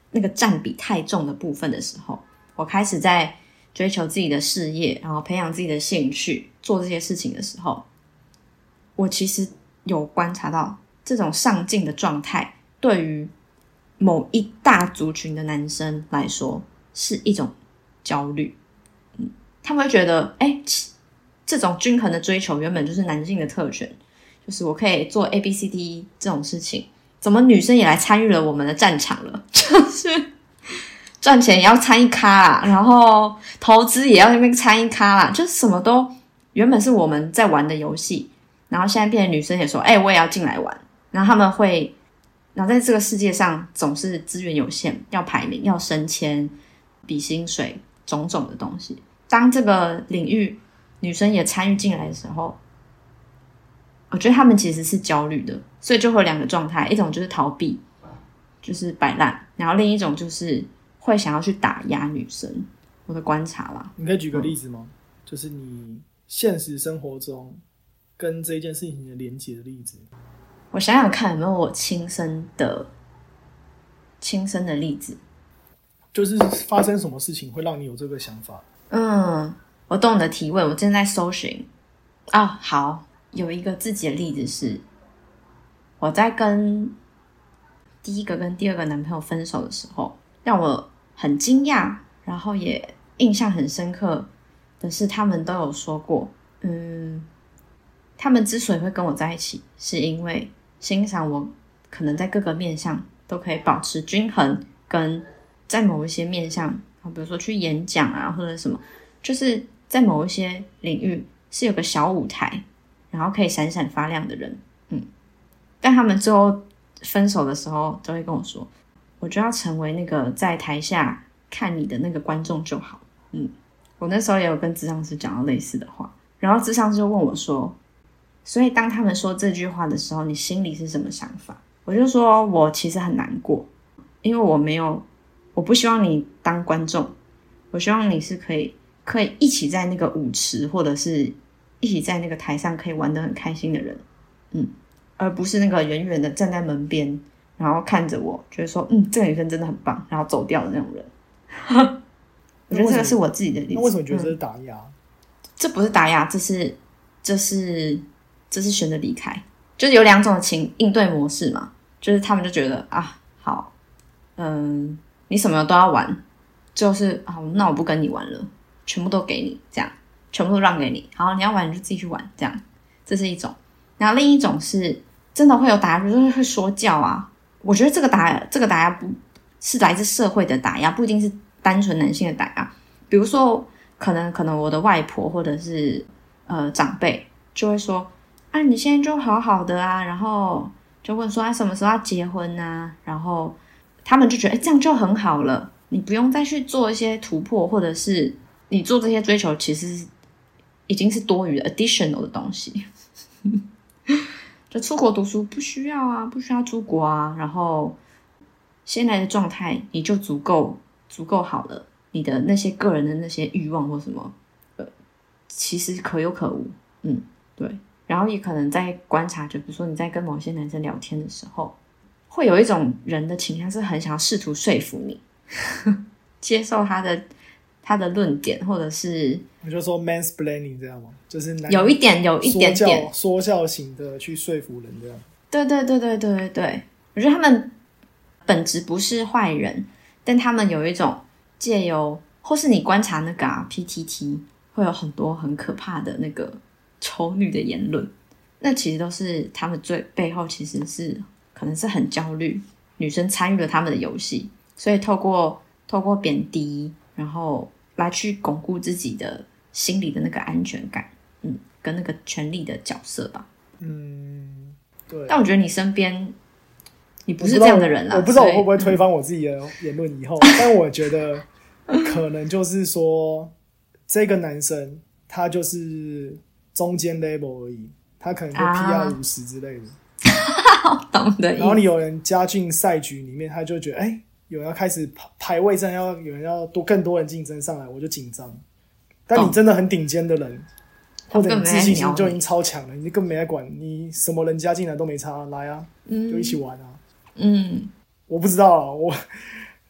那个占比太重的部分的时候，我开始在追求自己的事业，然后培养自己的兴趣，做这些事情的时候，我其实有观察到这种上进的状态对于某一大族群的男生来说是一种焦虑。嗯，他们会觉得诶这种均衡的追求原本就是男性的特权，就是我可以做 A B C D E 这种事情，怎么女生也来参与了我们的战场了，就是赚钱也要参一咖啦，然后投资也要那边参一咖啦，就是什么都原本是我们在玩的游戏，然后现在变成女生也说哎、欸，我也要进来玩，然后他们会然后在这个世界上总是资源有限，要排名要升迁比薪水种种的东西，当这个领域女生也参与进来的时候，我觉得他们其实是焦虑的，所以就会有两个状态，一种就是逃避，就是摆烂，然后另一种就是会想要去打压女生。我的观察啦， 你可以举个例子吗？嗯、就是你现实生活中跟这件事情的连结的例子。 我想想看有没有我亲身的亲身的例子， 就是发生什么事情会让你有这个想法？ 嗯，我懂你的提问，我正在搜寻。哦，好，有一个自己的例子是，我在跟第一个跟第二个男朋友分手的时候，让我很惊讶，然后也印象很深刻的是，他们都有说过，嗯，他们之所以会跟我在一起，是因为欣赏我可能在各个面向都可以保持均衡，跟在某一些面向，比如说去演讲啊，或者什么，就是在某一些领域是有个小舞台，然后可以闪闪发亮的人，嗯，但他们最后分手的时候都会跟我说，我就要成为那个在台下看你的那个观众就好，嗯，我那时候也有跟諮商師講到类似的话，然后諮商師就問我說，所以当他们说这句话的时候，你心里是什么想法？我就说我其实很难过，因为我没有，我不希望你当观众，我希望你是可以可以一起在那个舞池，或者是一起在那个台上可以玩得很开心的人，嗯，而不是那个远远的站在门边，然后看着我，觉得说，嗯，这个女生真的很棒，然后走掉的那种人。我觉得这个是我自己的例子。 那为什么觉得这是打压？嗯、 这不是打压，这是这是这是选择离开，就是有两种情应对模式嘛，就是他们就觉得啊，好，嗯，你什么都要玩，就是好，那我不跟你玩了，全部都给你，这样，全部都让给你，好，你要玩你就自己去玩，这样，这是一种。然后另一种是真的会有打压，就是会说教啊。我觉得这个打压，这个打压不是来自社会的打压，不一定是单纯男性的打压。比如说，可能可能我的外婆或者是呃长辈就会说，啊，你现在就好好的啊，然后就问说，啊，什么时候要结婚啊？然后他们就觉得，哎，这样就很好了，你不用再去做一些突破，或者是你做这些追求，其实已经是多余的 additional 的东西。就出国读书不需要啊，不需要出国啊，然后现在的状态你就足够足够好了，你的那些个人的那些欲望或什么，呃，其实可有可无，嗯，对。然后也可能在观察，就比如说你在跟某些男生聊天的时候，会有一种人的倾向是很想要试图说服你，接受他的他的论点，或者是我就说 mansplaining 这样吗？就是男有一点有一点点说教型的去说服人这样。 对对对对对对对，我觉得他们本质不是坏人，但他们有一种借由，或是你观察那个、啊、P T T 会有很多很可怕的那个丑女的言论，那其实都是他们最背后其实是可能是很焦虑，女生参与了他们的游戏，所以透过透过贬低，然后来去巩固自己的心里的那个安全感，嗯，跟那个权力的角色吧。 嗯，对。 但我觉得你身边，你不是这样的人啦。 我不知道我会不会推翻我自己的言论以后，嗯、但我觉得可能就是说，这个男生他就是中间 level 而已，他可能就 P R 五十之类的。 懂的。 然后你有人加进赛局里面，他就觉得，哎、欸，有人要开始排位战，要有人要多更多人竞争上来，我就紧张。但你真的很顶尖的人，或者你自信心就已经超强了，你根本没在管，你什么人加进来都没差，来啊，嗯、就一起玩啊。 嗯， 我不知道啊，我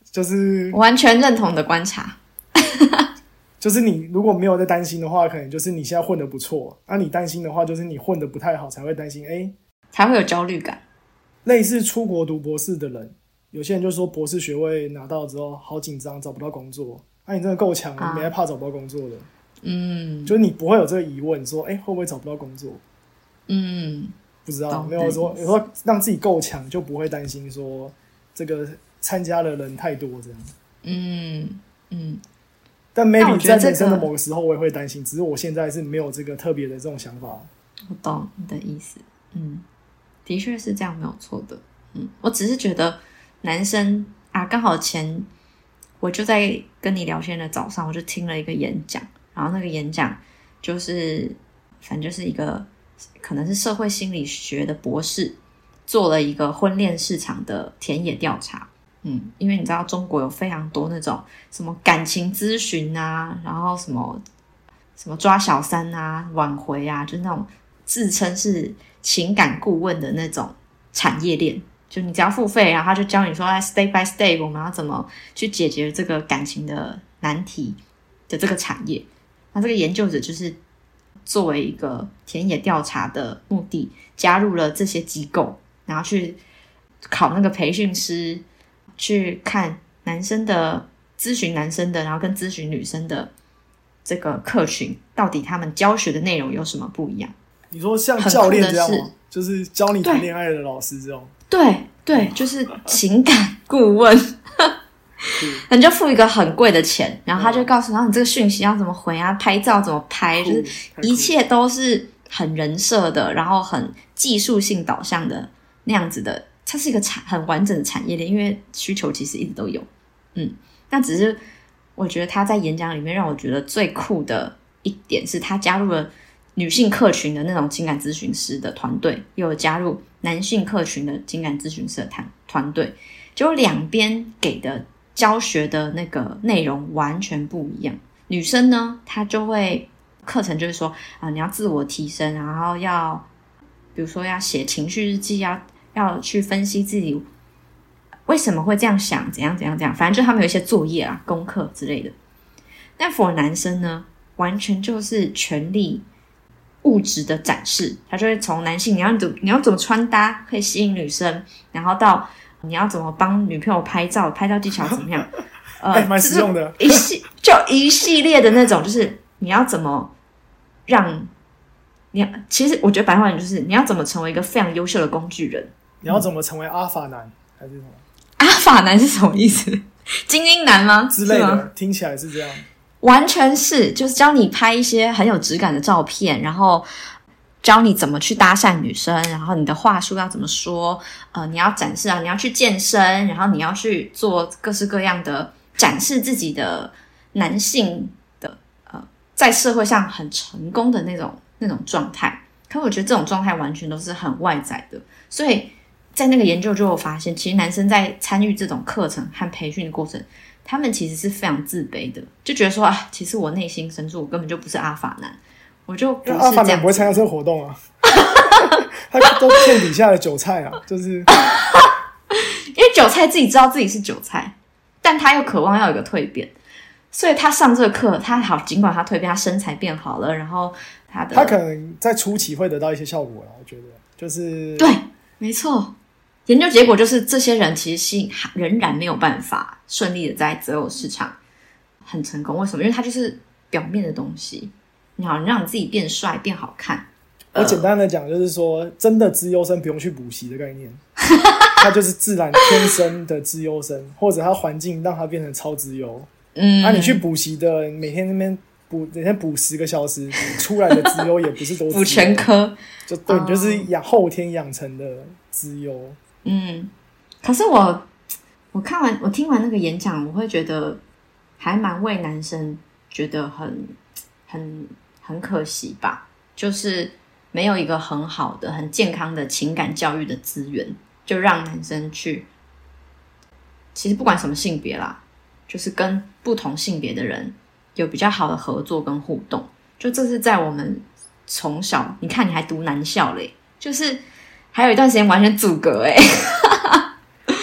就是完全认同的观察。 就是你如果没有在担心的话，可能就是你现在混得不错；那、啊、你担心的话，就是你混得不太好，才会担心，哎， 才会有焦虑感。 类似出国读博士的人，有些人就说博士学位拿到之后好紧张，找不到工作。那、啊、你真的够强了，你没害怕找不到工作的。嗯，就是你不会有这个疑问，说，哎，会不会找不到工作？嗯，不知道，没有说，有时候让自己够强，就不会担心说这个参加的人太多这样。嗯嗯。但 maybe 在人生的某个时候我也会担心，只是我现在是没有这个特别的这种想法。 我懂你的意思，嗯，的确是这样，没有错的。嗯，我只是觉得男生啊，刚好前我就在跟你聊天的早上，我就听了一个演讲，然后那个演讲就是反正就是一个可能是社会心理学的博士做了一个婚恋市场的田野调查。嗯，因为你知道中国有非常多那种什么感情咨询啊，然后什么什么抓小三啊、挽回啊，就是那种自称是情感顾问的那种产业链。就你只要付费，然后他就教你说 step by step 我们要怎么去解决这个感情的难题的这个产业。那这个研究者就是作为一个田野调查的目的，加入了这些机构，然后去考那个培训师，去看男生的咨询男生的，然后跟咨询女生的这个客群，到底他们教学的内容有什么不一样？你说像教练这样吗？就是教你谈恋爱的老师这种？ 对对，就是情感顾问。你就付一个很贵的钱，然后他就告诉你，你这个讯息要怎么回啊，拍照怎么拍，就是一切都是很人设的，然后很技术性导向的那样子的。它是一个产很完整的产业链，因为需求其实一直都有。嗯，那只是我觉得他在演讲里面让我觉得最酷的一点是，他加入了女性客群的那种情感咨询师的团队，又有加入男性客群的情感咨询师的团团队，就两边给的教学的那个内容完全不一样。女生呢，她就会课程就是说啊、呃，你要自我提升，然后要比如说要写情绪日记，要要去分析自己为什么会这样想，怎样怎样怎样，反正就他们有一些作业啊、功课之类的。但 for 男生呢，完全就是全力物质的展示，他就会从男性你要怎你要怎么穿搭可以吸引女生，然后到你要怎么帮女朋友拍照，拍照技巧怎么样， 呃，欸、蛮实用的， 一系就一系列的那种，就是你要怎么让你，其实我觉得白话点就是你要怎么成为一个非常优秀的工具人。 你要怎么成为阿法男还是什么？ 阿法男是什么意思？精英男吗？ 之类的，听起来是这样。 完全是，就是教你拍一些很有质感的照片，然后教你怎么去搭讪女生，然后你的话术要怎么说，呃，你要展示啊，你要去健身，然后你要去做各式各样的展示自己的男性的呃，在社会上很成功的那种那种状态。可我觉得这种状态完全都是很外在的，所以在那个研究就有发现，其实男生在参与这种课程和培训的过程，他们其实是非常自卑的，就觉得说啊，其实我内心深处我根本就不是阿法男，我就不是这样。 阿法男不会参加这个活动啊，他都骗底下的韭菜啊，就是因为韭菜自己知道自己是韭菜，但他又渴望要有一个蜕变，所以他上这个课，他好，尽管他蜕变，他身材变好了，然后他的他可能在初期会得到一些效果啦，我觉得就是对。没错，研究结果就是这些人其实仍然没有办法顺利的在择偶市场很成功。为什么？因为它就是表面的东西，你好，你让你自己变帅变好看。 我简单的讲就是说，真的资优生不用去补习的概念，他就是自然天生的资优生，或者他环境让他变成超资优。嗯，啊，你去补习的，每天那边补，每天补十个小时，出来的资优也不是都补全科， 就对，你、哦、就是养后天养成的资优。 嗯，可是我我看完我听完那个演讲，我会觉得还蛮为男生觉得很很很可惜吧，就是没有一个很好的、很健康的情感教育的资源，就让男生去，其实不管什么性别啦，就是跟不同性别的人有比较好的合作跟互动，就这是在我们从小，你看你还读男校嘞，就是还有一段时间完全阻隔诶。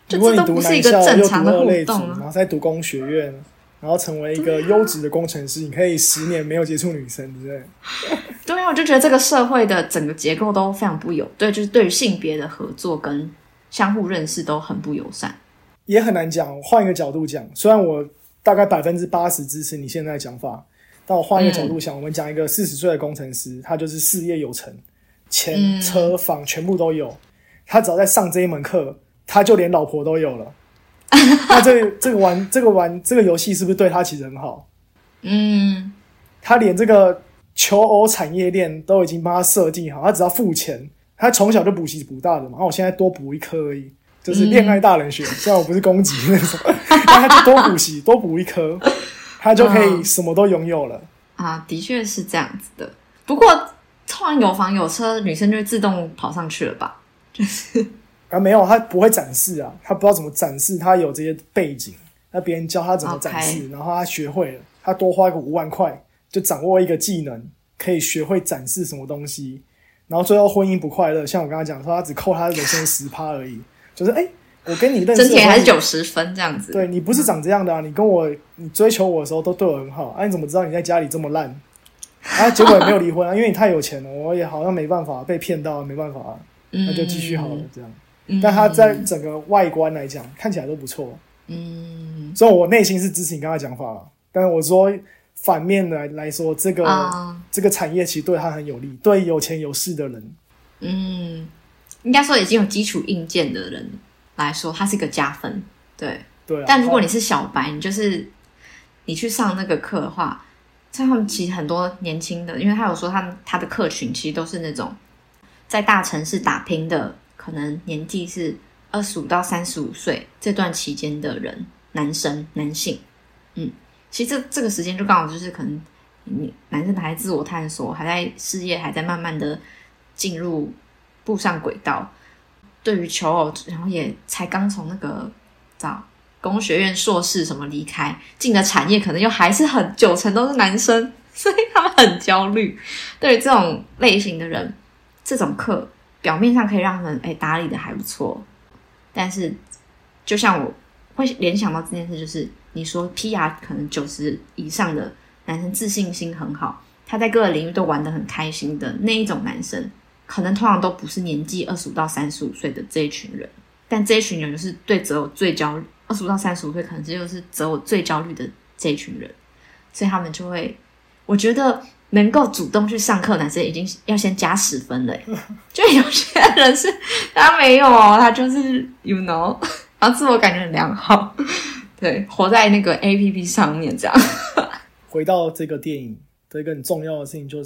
如果你读男校又读二类组， 啊、 然后再读工学院，然后成为一个优质的工程师，你可以十年没有接触女生，对不对？ 对啊，我就觉得这个社会的整个结构都非常不友对，就是对于性别的合作跟相互认识都很不友善。 也很难讲，换一个角度讲，虽然我大概百分之八十支持你现在的讲法，但我换一个角度想，嗯、我们讲一个四十岁的工程师，他就是事业有成，钱、车、房全部都有，他只要在上这一门课，他就连老婆都有了。那这个这个玩这个玩这个游戏是不是对他其实很好？ 嗯， 他连这个求偶产业链都已经帮他设计好，他只要付钱，他从小就补习补大的嘛，然后我现在多补一科而已。就是恋爱大人学，虽然我不是攻击那种，但他就多补习，多补一科，他就可以什么都拥有了。 啊，的确是这样子的。不过，突然有房有车，女生就会自动跑上去了吧？就是啊，没有，他不会展示啊，他不知道怎么展示，他有这些背景，那别人教他怎么展示， okay. 然后他学会了，他多花个五万块，就掌握一个技能，可以学会展示什么东西，然后最后婚姻不快乐，像我刚刚讲说，他只扣他人生的 百分之十 而已。就是哎、欸，我跟你认识， 整体还是九十分这样子。 对，你不是长这样的啊，你跟我你追求我的时候都对我很好啊，你怎么知道你在家里这么烂？啊，结果也没有离婚啊，因为你太有钱了，我也好像没办法被骗到，没办法、啊，那就继续好了这样。嗯、但他在整个外观来讲，看起来都不错。嗯，所以我内心是支持你刚才讲法了，但是我说反面来来说，这个、uh, 这个产业其实对他很有利，对有钱有势的人， 嗯。应该说已经有基础硬件的人来说，它是一个加分，对对、啊。 但如果你是小白，你就是你去上那个课的话，像他们其实很多年轻的，因为他有说他们他的客群其实都是那种在大城市打拼的，可能年纪是二十五到三十五岁这段期间的人，男生男性，嗯，其实这这个时间就刚好就是可能你男生还在自我探索，还在事业还在慢慢的进入。步上轨道，对于求偶，然后也才刚从那个找工学院硕士什么离开，进的产业可能又还是很九成都是男生，所以他们很焦虑。对于这种类型的人，这种课表面上可以让他们哎打理的还不错，但是就像我会联想到这件事，就是你说 P R 可能九十以上的男生自信心很好，他在各个领域都玩得很开心的那一种男生。可能通常都不是年纪二十五到三十五岁的这一群人，但这一群人就是对择偶最焦虑，二十五到三十五岁可能就是择偶最焦虑的这一群人，所以他们就会，我觉得能够主动去上课的男生已经要先加十分了耶，就有些人是他没有哦，他就是 you know， 然后自我感觉很良好，对，活在那个 A P P 上面这样。 回到这个电影的一个很重要的事情就是。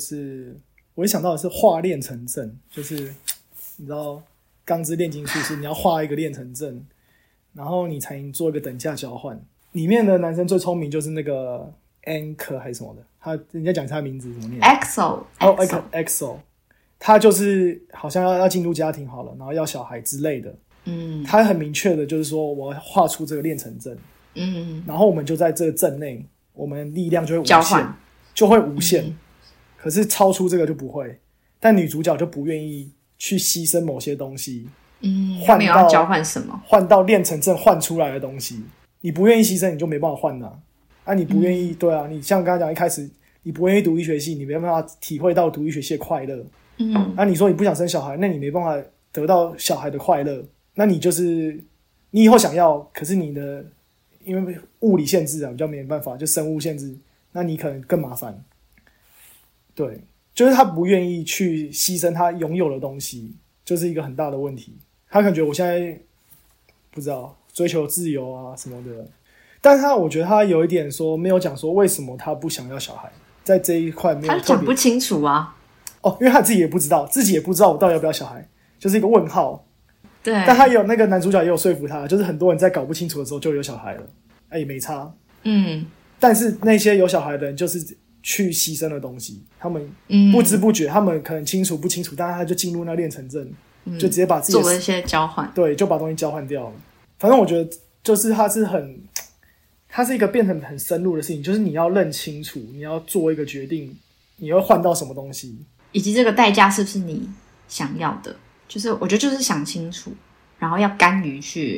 我想到的是画炼成阵，就是你知道钢之炼金术是你要画一个炼成阵，然后你才能做一个等价交换。里面的男生最聪明就是那个 Anchor 还是什么的，他人家讲他的名字怎么念 ？Exo 哦 ，Exo Exo， 他就是好像要要进入家庭好了，然后要小孩之类的。嗯，他很明确的就是说我要画出这个炼成阵，嗯，然后我们就在这个阵内，我们力量就会无限，就会无限。嗯，可是超出这个就不会，但女主角就不愿意去牺牲某些东西， 嗯，换到要交换什么？ 换到炼成阵换出来的东西，你不愿意牺牲，你就没办法换啊。啊，你不愿意，嗯、对啊，你像刚才讲一开始，你不愿意读医学系，你没办法体会到读医学系的快乐。嗯，啊，你说你不想生小孩，那你没办法得到小孩的快乐，那你就是你以后想要，可是你的因为物理限制啊，比较没办法，就生物限制，那你可能更麻烦。对，就是他不愿意去牺牲他拥有的东西，就是一个很大的问题。他可能觉得我现在不知道追求自由啊什么的，但是他我觉得他有一点说没有讲说为什么他不想要小孩，在这一块没有特别， 他讲不清楚啊。 哦，因为他自己也不知道，自己也不知道我到底要不要小孩，就是一个问号。 对， 但他有那个男主角也有说服他，就是很多人在搞不清楚的时候就有小孩了，哎，也没差。嗯，但是那些有小孩的人就是。去牺牲的东西，他们不知不觉、嗯、他们可能清楚不清楚，但是他就进入那炼成阵、嗯、就直接把自己做了一些交换， 对，就把东西交换掉了。反正我觉得就是它是很它是一个变成很深入的事情，就是你要认清楚，你要做一个决定，你会换到什么东西， 以及这个代价是不是你想要的，就是我觉得就是想清楚，然后要甘于去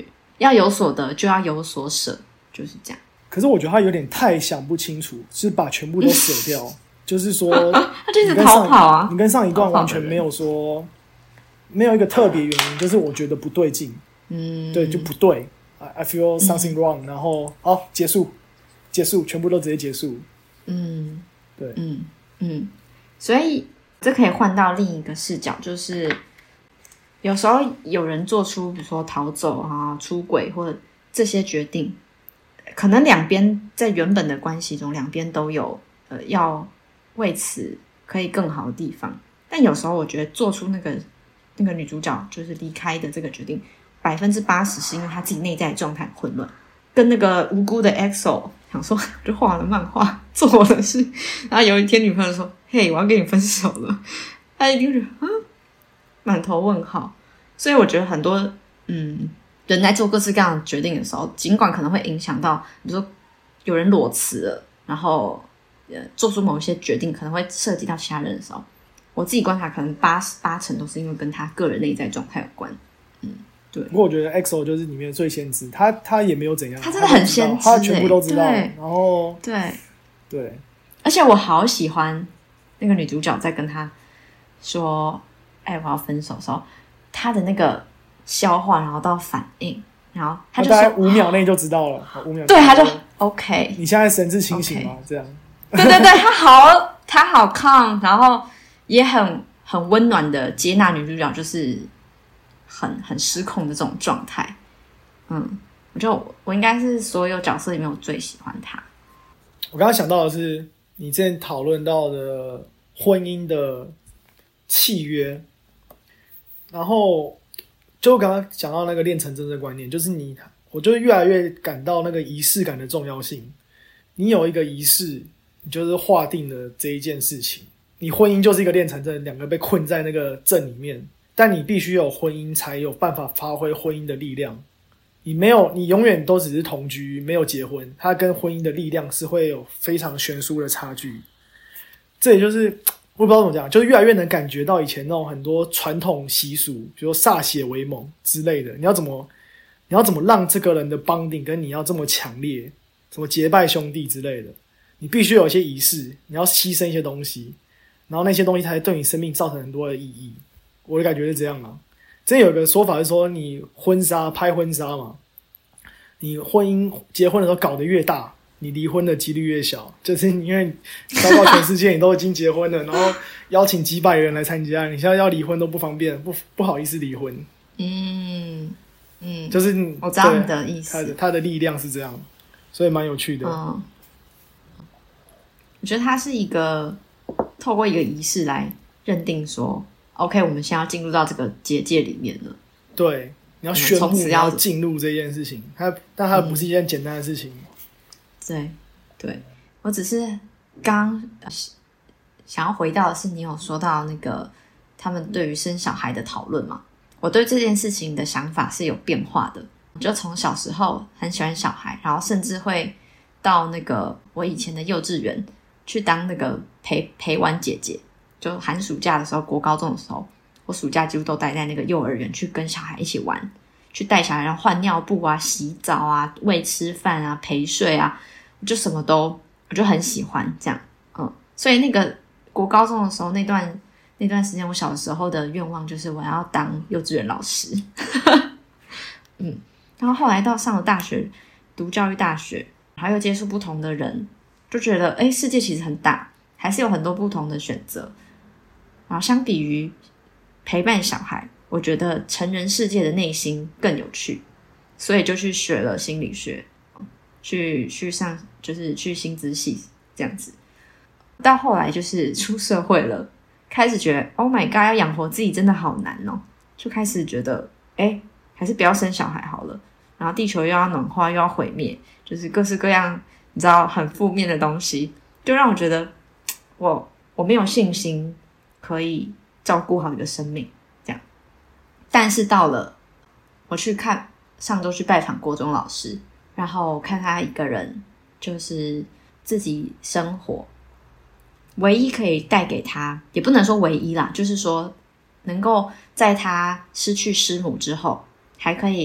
要有所得就要有所舍，就是这样。 可是我觉得他有点太想不清楚，是把全部都舍掉，就是说他就是逃跑啊。 你跟上一段完全没有说，没有一个特别原因，就是我觉得不对劲，嗯，对，就不对 ，I feel something wrong，、嗯、然后好结束，结束，全部都直接结束， 嗯， 对， 嗯嗯，所以这可以换到另一个视角，就是有时候有人做出比如说逃走啊、出轨或者这些决定，可能两边在原本的关系中，两边都有呃要为此可以更好的地方，但有时候我觉得做出那个那个女主角就是离开的这个决定，百分之八十是因为她自己内在的状态混乱，跟那个无辜的 X O 想说就画了漫画做我的事，然后有一天女朋友说嘿我要跟你分手了，他一定觉得啊满头问号。所以我觉得很多嗯人在做各式各样的决定的时候，尽管可能会影响到比如说有人裸辞了，然后呃做出某一些决定可能会涉及到其他人的时候，我自己观察可能八八成都是因为跟他个人内在状态有关。嗯，对。 不过我觉得 X O 就是里面最先知，他他也没有怎样， 他真的很先知、欸， 他全部都知道。然后对对， 而且我好喜欢那个女主角在跟他说“哎，我要分手”的时候，他的那个消化，然后到反应，然后他就说大概五秒内就知道了，五秒内对，他就 OK。 你现在神志清醒吗？ Okay. 这样。 对对对，他好，他好calm，然后也很很温暖的接纳女主角，就是很很失控的这种状态。嗯，我就我应该是所有角色里面我最喜欢他。 我刚刚想到的是你之前讨论到的婚姻的契约，然后就刚刚讲到那个练成真正的观念，就是你，我就越来越感到那个仪式感的重要性。你有一个仪式，你就是划定了这一件事情。你婚姻就是一个练成阵，两个被困在那个阵里面，但你必须有婚姻才有办法发挥婚姻的力量。你没有，你永远都只是同居，没有结婚，它跟婚姻的力量是会有非常悬殊的差距。这也就是我不知道怎么讲，就是越来越能感觉到以前那种很多传统习俗，比如说歃血为盟之类的，你要怎么你要怎么让这个人的 bonding 跟你要这么强烈，什么结拜兄弟之类的，你必须有一些仪式，你要牺牲一些东西，然后那些东西才对你生命造成很多的意义。我的感觉是这样啊。之前有个说法是说，你婚纱拍婚纱嘛，你婚姻结婚的时候搞得越大，你离婚的几率越小，就是因为糟糕全世界你都已经结婚了，然后邀请几百人来参加，你现在要离婚都不方便，不不好意思离婚。 嗯嗯， 就是我知道你的意思， 他的他的力量是这样，所以蛮有趣的。 嗯，我觉得它是一个透过一个仪式来认定说 ，OK， 我们现在要进入到这个结界里面了。 对，你要宣布你要进入这件事情，它但它不是一件简单的事情。嗯、 对，对，我只是刚想要回到的是，你有说到那个他们对于生小孩的讨论嘛？我对这件事情的想法是有变化的。我就从小时候很喜欢小孩，然后甚至会到那个我以前的幼稚园去当那个陪陪玩姐姐。就寒暑假的时候，国高中的时候，我暑假几乎都待在那个幼儿园去跟小孩一起玩，去带小孩然后换尿布啊、洗澡啊、喂吃饭啊、陪睡啊，我就什么都我就很喜欢这样。嗯，所以那个国高中的时候那段那段时间，我小时候的愿望就是我要当幼稚园老师。嗯，然后后来到上了大学，读教育大学，还有接触不同的人，就觉得诶世界其实很大，还是有很多不同的选择。然后相比于陪伴小孩，我觉得成人世界的内心更有趣，所以就去学了心理学，去去上就是去心资系这样子。到后来就是出社会了，开始觉得 Oh my God， 要养活自己真的好难哦，就开始觉得诶还是不要生小孩好了。然后地球又要暖化又要毁灭，就是各式各样你知道很负面的东西，就让我觉得我我没有信心可以照顾好一个生命这样。但是到了我去看上周去拜访国中老师，然后看他一个人就是自己生活，唯一可以带给他，也不能说唯一啦，就是说能够在他失去师母之后还可以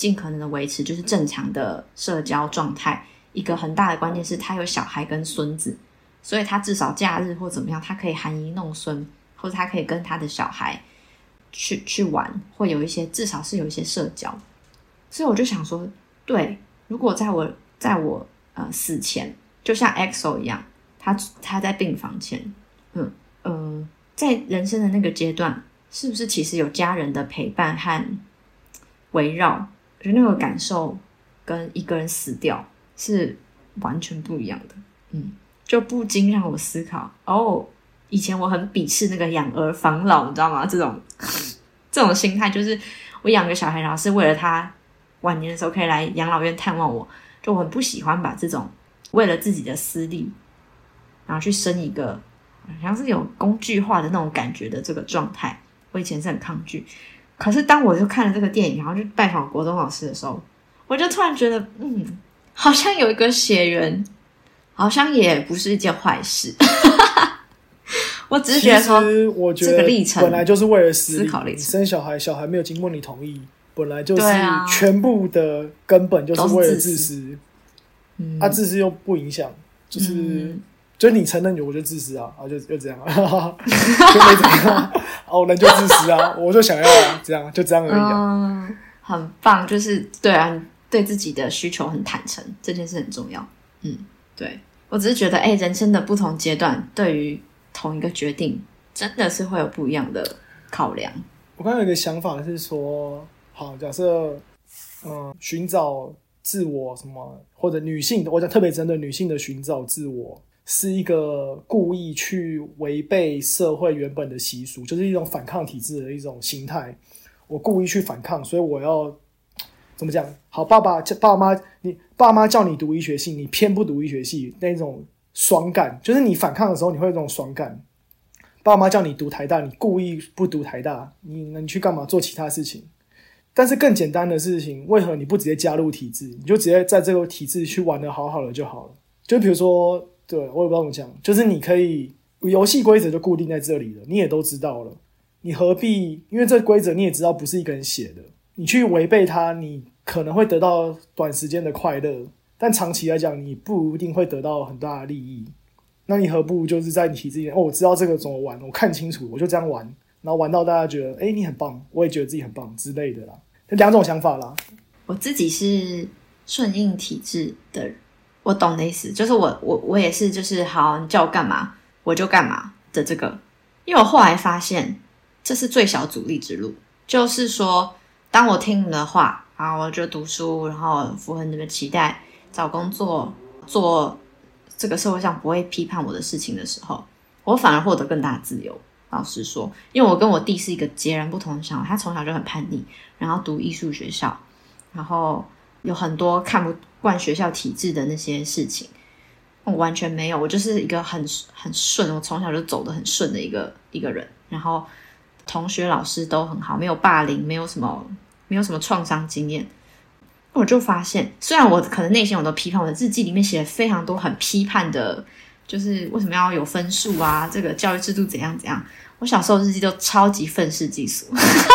尽可能的维持就是正常的社交状态。一个很大的关键是他有小孩跟孙子，所以他至少假日或怎么样，他可以含饴弄孙，或者他可以跟他的小孩去去玩，会有一些至少是有一些社交。所以我就想说，对，如果在我在我呃死前，就像 X O 一样，他他在病房前，嗯呃，在人生的那个阶段，是不是其实有家人的陪伴和围绕？我觉得那个感受跟一个人死掉是完全不一样的。嗯，就不禁让我思考，哦，以前我很鄙视那个养儿防老，你知道吗？这种这种心态，就是我养个小孩，然后是为了他晚年的时候可以来养老院探望我，就我很不喜欢把这种为了自己的私利，然后去生一个好像是有工具化的那种感觉的这个状态，我以前是很抗拒。可是当我就看了这个电影，然后去拜访国中老师的时候，我就突然觉得，嗯，好像有一个血缘，好像也不是一件坏事。我只是觉得说， 其实我觉得这个历程本来就是为了私利， 思考历程， 你生小孩，小孩没有经过你同意，本来就是全部的根本就是为了自私。 嗯， 啊，自私又不影响，就是、嗯、就你承认我就自私啊，啊就就这样啊，就没怎样啊，哦人就自私啊，我就想要啊，这样就这样而已啊。 嗯，很棒，就是对啊，对自己的需求很坦诚，这件事很重要。嗯，对，我只是觉得，哎、欸，人生的不同阶段，对于同一个决定，真的是会有不一样的考量。 我刚刚有一个想法是说，好，假设，嗯，寻找自我什么，或者女性的，我讲特别针对女性的寻找自我，是一个故意去违背社会原本的习俗，就是一种反抗体制的一种心态。我故意去反抗，所以我要怎么讲？好，爸爸、爸妈，你爸妈叫你读医学系，你偏不读医学系，那种爽感，就是你反抗的时候，你会有这种爽感。爸妈叫你读台大，你故意不读台大，你你去干嘛？做其他事情。但是更简单的事情，为何你不直接加入体制？你就直接在这个体制去玩得好好的就好了。就比如说，对，我也不知道怎么讲，就是你可以游戏规则就固定在这里了，你也都知道了，你何必？因为这规则你也知道不是一个人写的，你去违背它，你可能会得到短时间的快乐，但长期来讲，你不一定会得到很大的利益。那你何不就是在你体制里面，哦，我知道这个怎么玩，我看清楚，我就这样玩。然后玩到大家觉得，哎，你很棒，我也觉得自己很棒之类的啦，两种想法啦。 我自己是顺应体制的，我懂的意思，就是我我我也是，就是好，你叫我干嘛我就干嘛的这个。因为我后来发现，这是最小阻力之路，就是说，当我听你的话，然后我就读书，然后符合你的期待，找工作，做这个社会上不会批判我的事情的时候，我反而获得更大的自由。老实说，因为我跟我弟是一个截然不同的想法，他从小就很叛逆，然后读艺术学校，然后有很多看不惯学校体制的那些事情，我完全没有，我就是一个很很顺，我从小就走得很顺的一个一个人，然后同学老师都很好，没有霸凌，没有什么没有什么创伤经验。我就发现，虽然我可能内心我都批判，我的日记里面写了非常多很批判的，就是为什么要有分数啊，这个教育制度怎样怎样，我小时候日记都超级愤世嫉俗。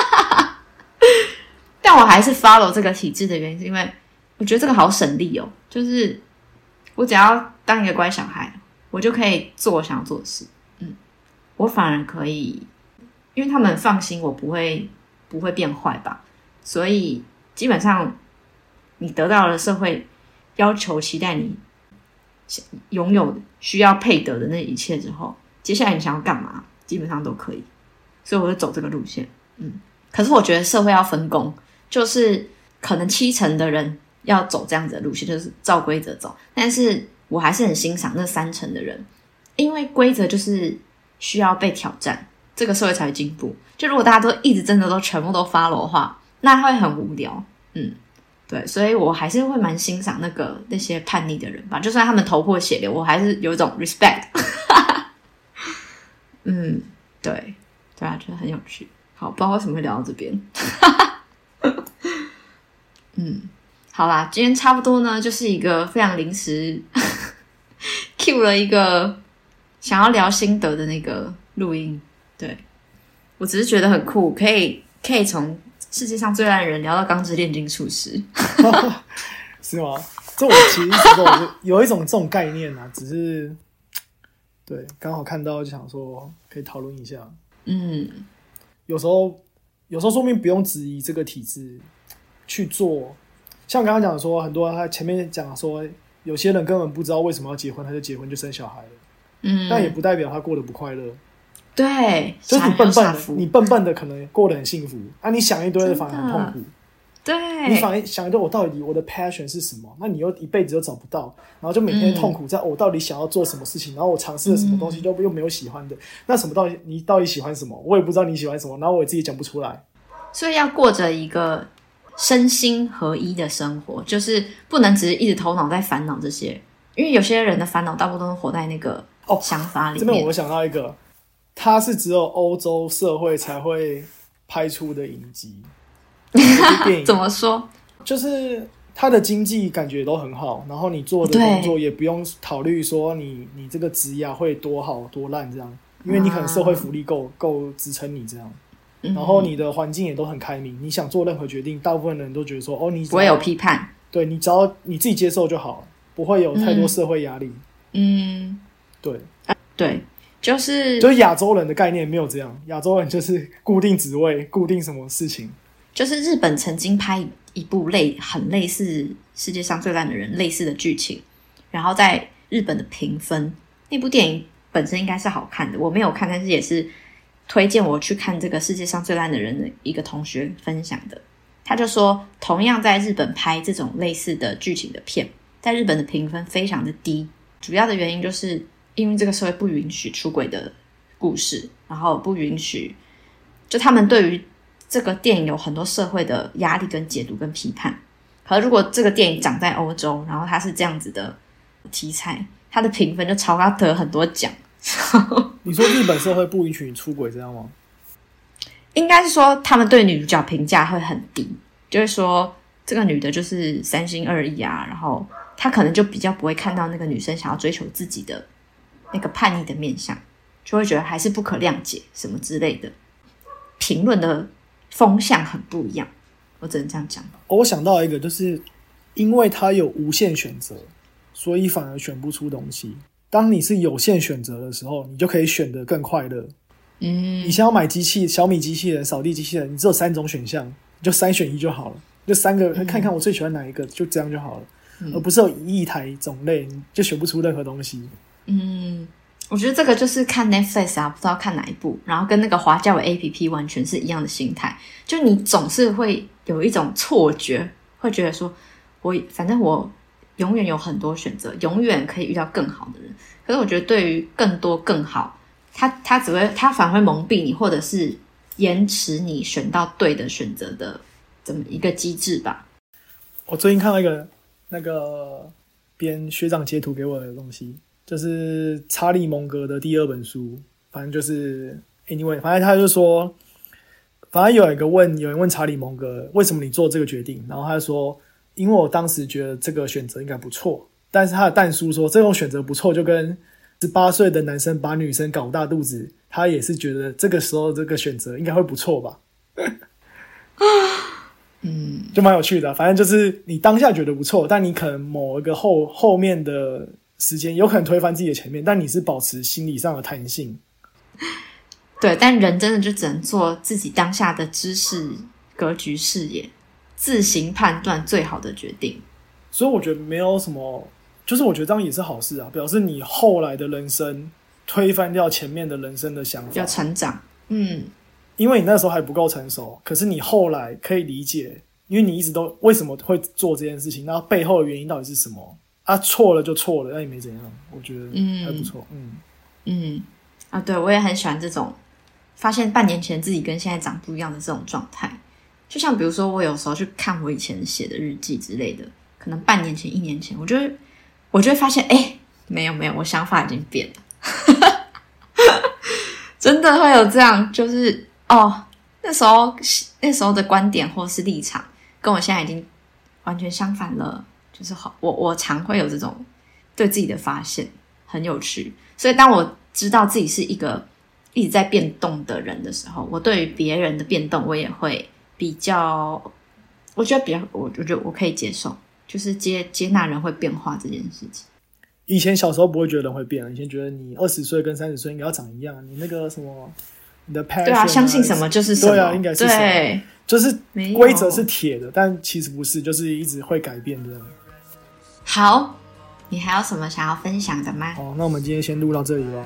但我还是 follow 这个体制的原因是因为我觉得这个好省力哦，就是我只要当一个乖小孩，我就可以做我想要做的事。嗯，我反而可以，因为他们放心我不会不会变坏吧，所以基本上你得到了社会要求期待你拥有需要配得的那一切之后，接下来你想要干嘛基本上都可以，所以我就走这个路线。嗯，可是我觉得社会要分工，就是可能七成的人要走这样子的路线，就是照规则走，但是我还是很欣赏那三成的人，因为规则就是需要被挑战，这个社会才会进步。就如果大家都一直真的都全部都 follow 的话，那会很无聊。嗯，对，所以我还是会蛮欣赏那个那些叛逆的人吧，就算他们头破血流，我还是有一种 respect。 嗯，对对啊，觉得很有趣。好，不知道为什么会聊到这边。嗯，好啦，今天差不多呢，就是一个非常临时cue 了一个想要聊心得的那个录音。对，我只是觉得很酷，可以可以从世界上最烂的人聊到钢之炼金术师， 是吗？这我其实一直都有有一种这种概念啊，只是对刚好看到就想说可以讨论一下。 嗯， 有时候有时候说明不用质疑这个体制去做，像刚刚讲说，很多他前面讲说，有些人根本不知道为什么要结婚，他就结婚就生小孩了， 嗯， 但也不代表他过得不快乐。 对， 就是你笨笨的，你笨笨的可能过得很幸福，啊，你想一堆的反而很痛苦。 对， 你反而想一堆，我到底我的 passion 是什么？那你又一辈子都找不到，然后就每天痛苦在、嗯哦、我到底想要做什么事情，然后我尝试了什么东西，就又没有喜欢的。那什么到底你到底喜欢什么？我也不知道你喜欢什么，然后我自己讲不出来。 所以要过着一个身心合一的生活，就是不能只是一直头脑在烦恼这些，因为有些人的烦恼大部分都是活在那个想法里面。 哦、这边我想到一个，它是只有欧洲社会才会拍出的影集。电影怎么说？ 就是他的经济感觉都很好，然后你做的工作也不用考虑说你你这个职涯会多好多烂这样，因为你可能社会福利够够支撑你这样，然后你的环境也都很开明，你想做任何决定，大部分人都觉得说哦，你不会有批判， 对，你只要你自己接受就好了，不会有太多社会压力。嗯，对， 对，就是就是亚洲人的概念没有这样，亚洲人就是固定职位，固定什么事情。 就是日本曾经拍一部类很类似世界上最烂的人类似的剧情，然后在日本的评分，那部电影本身应该是好看的，我没有看，但是也是推荐我去看这个世界上最烂的人的一个同学分享的。他就说同样在日本拍这种类似的剧情的片，在日本的评分非常的低，主要的原因就是因为这个社会不允许出轨的故事，然后不允许，就他们对于这个电影有很多社会的压力跟解读跟批判。可如果这个电影长在欧洲，然后它是这样子的题材，它的评分就超高，得很多奖。 你说日本社会不允许你出轨这样吗？ 应该是说他们对女主角评价会很低，就是说这个女的就是三心二意啊，然后她可能就比较不会看到那个女生想要追求自己的那个叛逆的面向，就会觉得还是不可谅解什么之类的，评论的风向很不一样，我只能这样讲。 我想到一个，就是因为它有无限选择，所以反而选不出东西。当你是有限选择的时候，你就可以选得更快乐。嗯，你想要买机器，小米机器人、扫地机器人，你只有三种选项，你就三选一就好了，就三个、嗯、看看我最喜欢哪一个，就这样就好了，嗯、而不是有一亿台种类，你就选不出任何东西。 嗯。我觉得这个就是看 Netflix 啊，不知道看哪一部，然后跟那个滑交友 A P P 完全是一样的心态，就你总是会有一种错觉，会觉得说我反正我永远有很多选择，永远可以遇到更好的人。可是我觉得对于更多更好，他他只会他反而会蒙蔽你，或者是延迟你选到对的选择的这么一个机制吧。 我最近看到一个那个编学长截图给我的东西，就是查理蒙格的第二本书，反正就是 anyway， 反正他就说，反正有一个问有人问查理蒙格为什么你做这个决定，然后他就说，因为我当时觉得这个选择应该不错，但是他的但书说这种选择不错，就跟十八岁的男生把女生搞大肚子，他也是觉得这个时候这个选择应该会不错吧。嗯，就蛮有趣的，反正就是你当下觉得不错，但你可能某一个后后面的时间有可能推翻自己的前面，但你是保持心理上的弹性。 对，但人真的就只能做自己当下的知识格局视野，自行判断最好的决定。 所以我觉得没有什么，就是我觉得这样也是好事啊，表示你后来的人生推翻掉前面的人生的想法， 要成长。嗯， 因为你那时候还不够成熟，可是你后来可以理解，因为你一直都为什么会做这件事情，那背后的原因到底是什么啊？错了就错了，那也没怎样，我觉得还不错。嗯嗯, 嗯啊，对，我也很喜欢这种发现半年前自己跟现在长不一样的这种状态。就像比如说我有时候去看我以前写的日记之类的，可能半年前一年前，我就会我就会发现哎、欸，没有没有，我想法已经变了。真的会有这样，就是哦，那时候那时候的观点或是立场跟我现在已经完全相反了，就是好，我我常会有这种对自己的发现，很有趣。所以当我知道自己是一个一直在变动的人的时候，我对于别人的变动我也会比较，我觉得比较，我我觉得我可以接受，就是接接纳人会变化这件事情。 以前小时候不会觉得人会变，以前觉得你二十岁跟三十岁应该要长一样，你那个什么，你的 passion 啊， 对啊，相信什么就是什么， 对啊，应该是什么， 对， 就是规则是铁的，但其实不是，就是一直会改变这样。 好，你还有什么想要分享的吗？ 好，那我们今天先录到这里咯。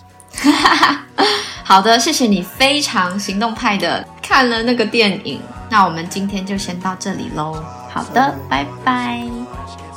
好的，谢谢你非常行动派的看了那个电影，那我们今天就先到这里咯。好的，拜拜。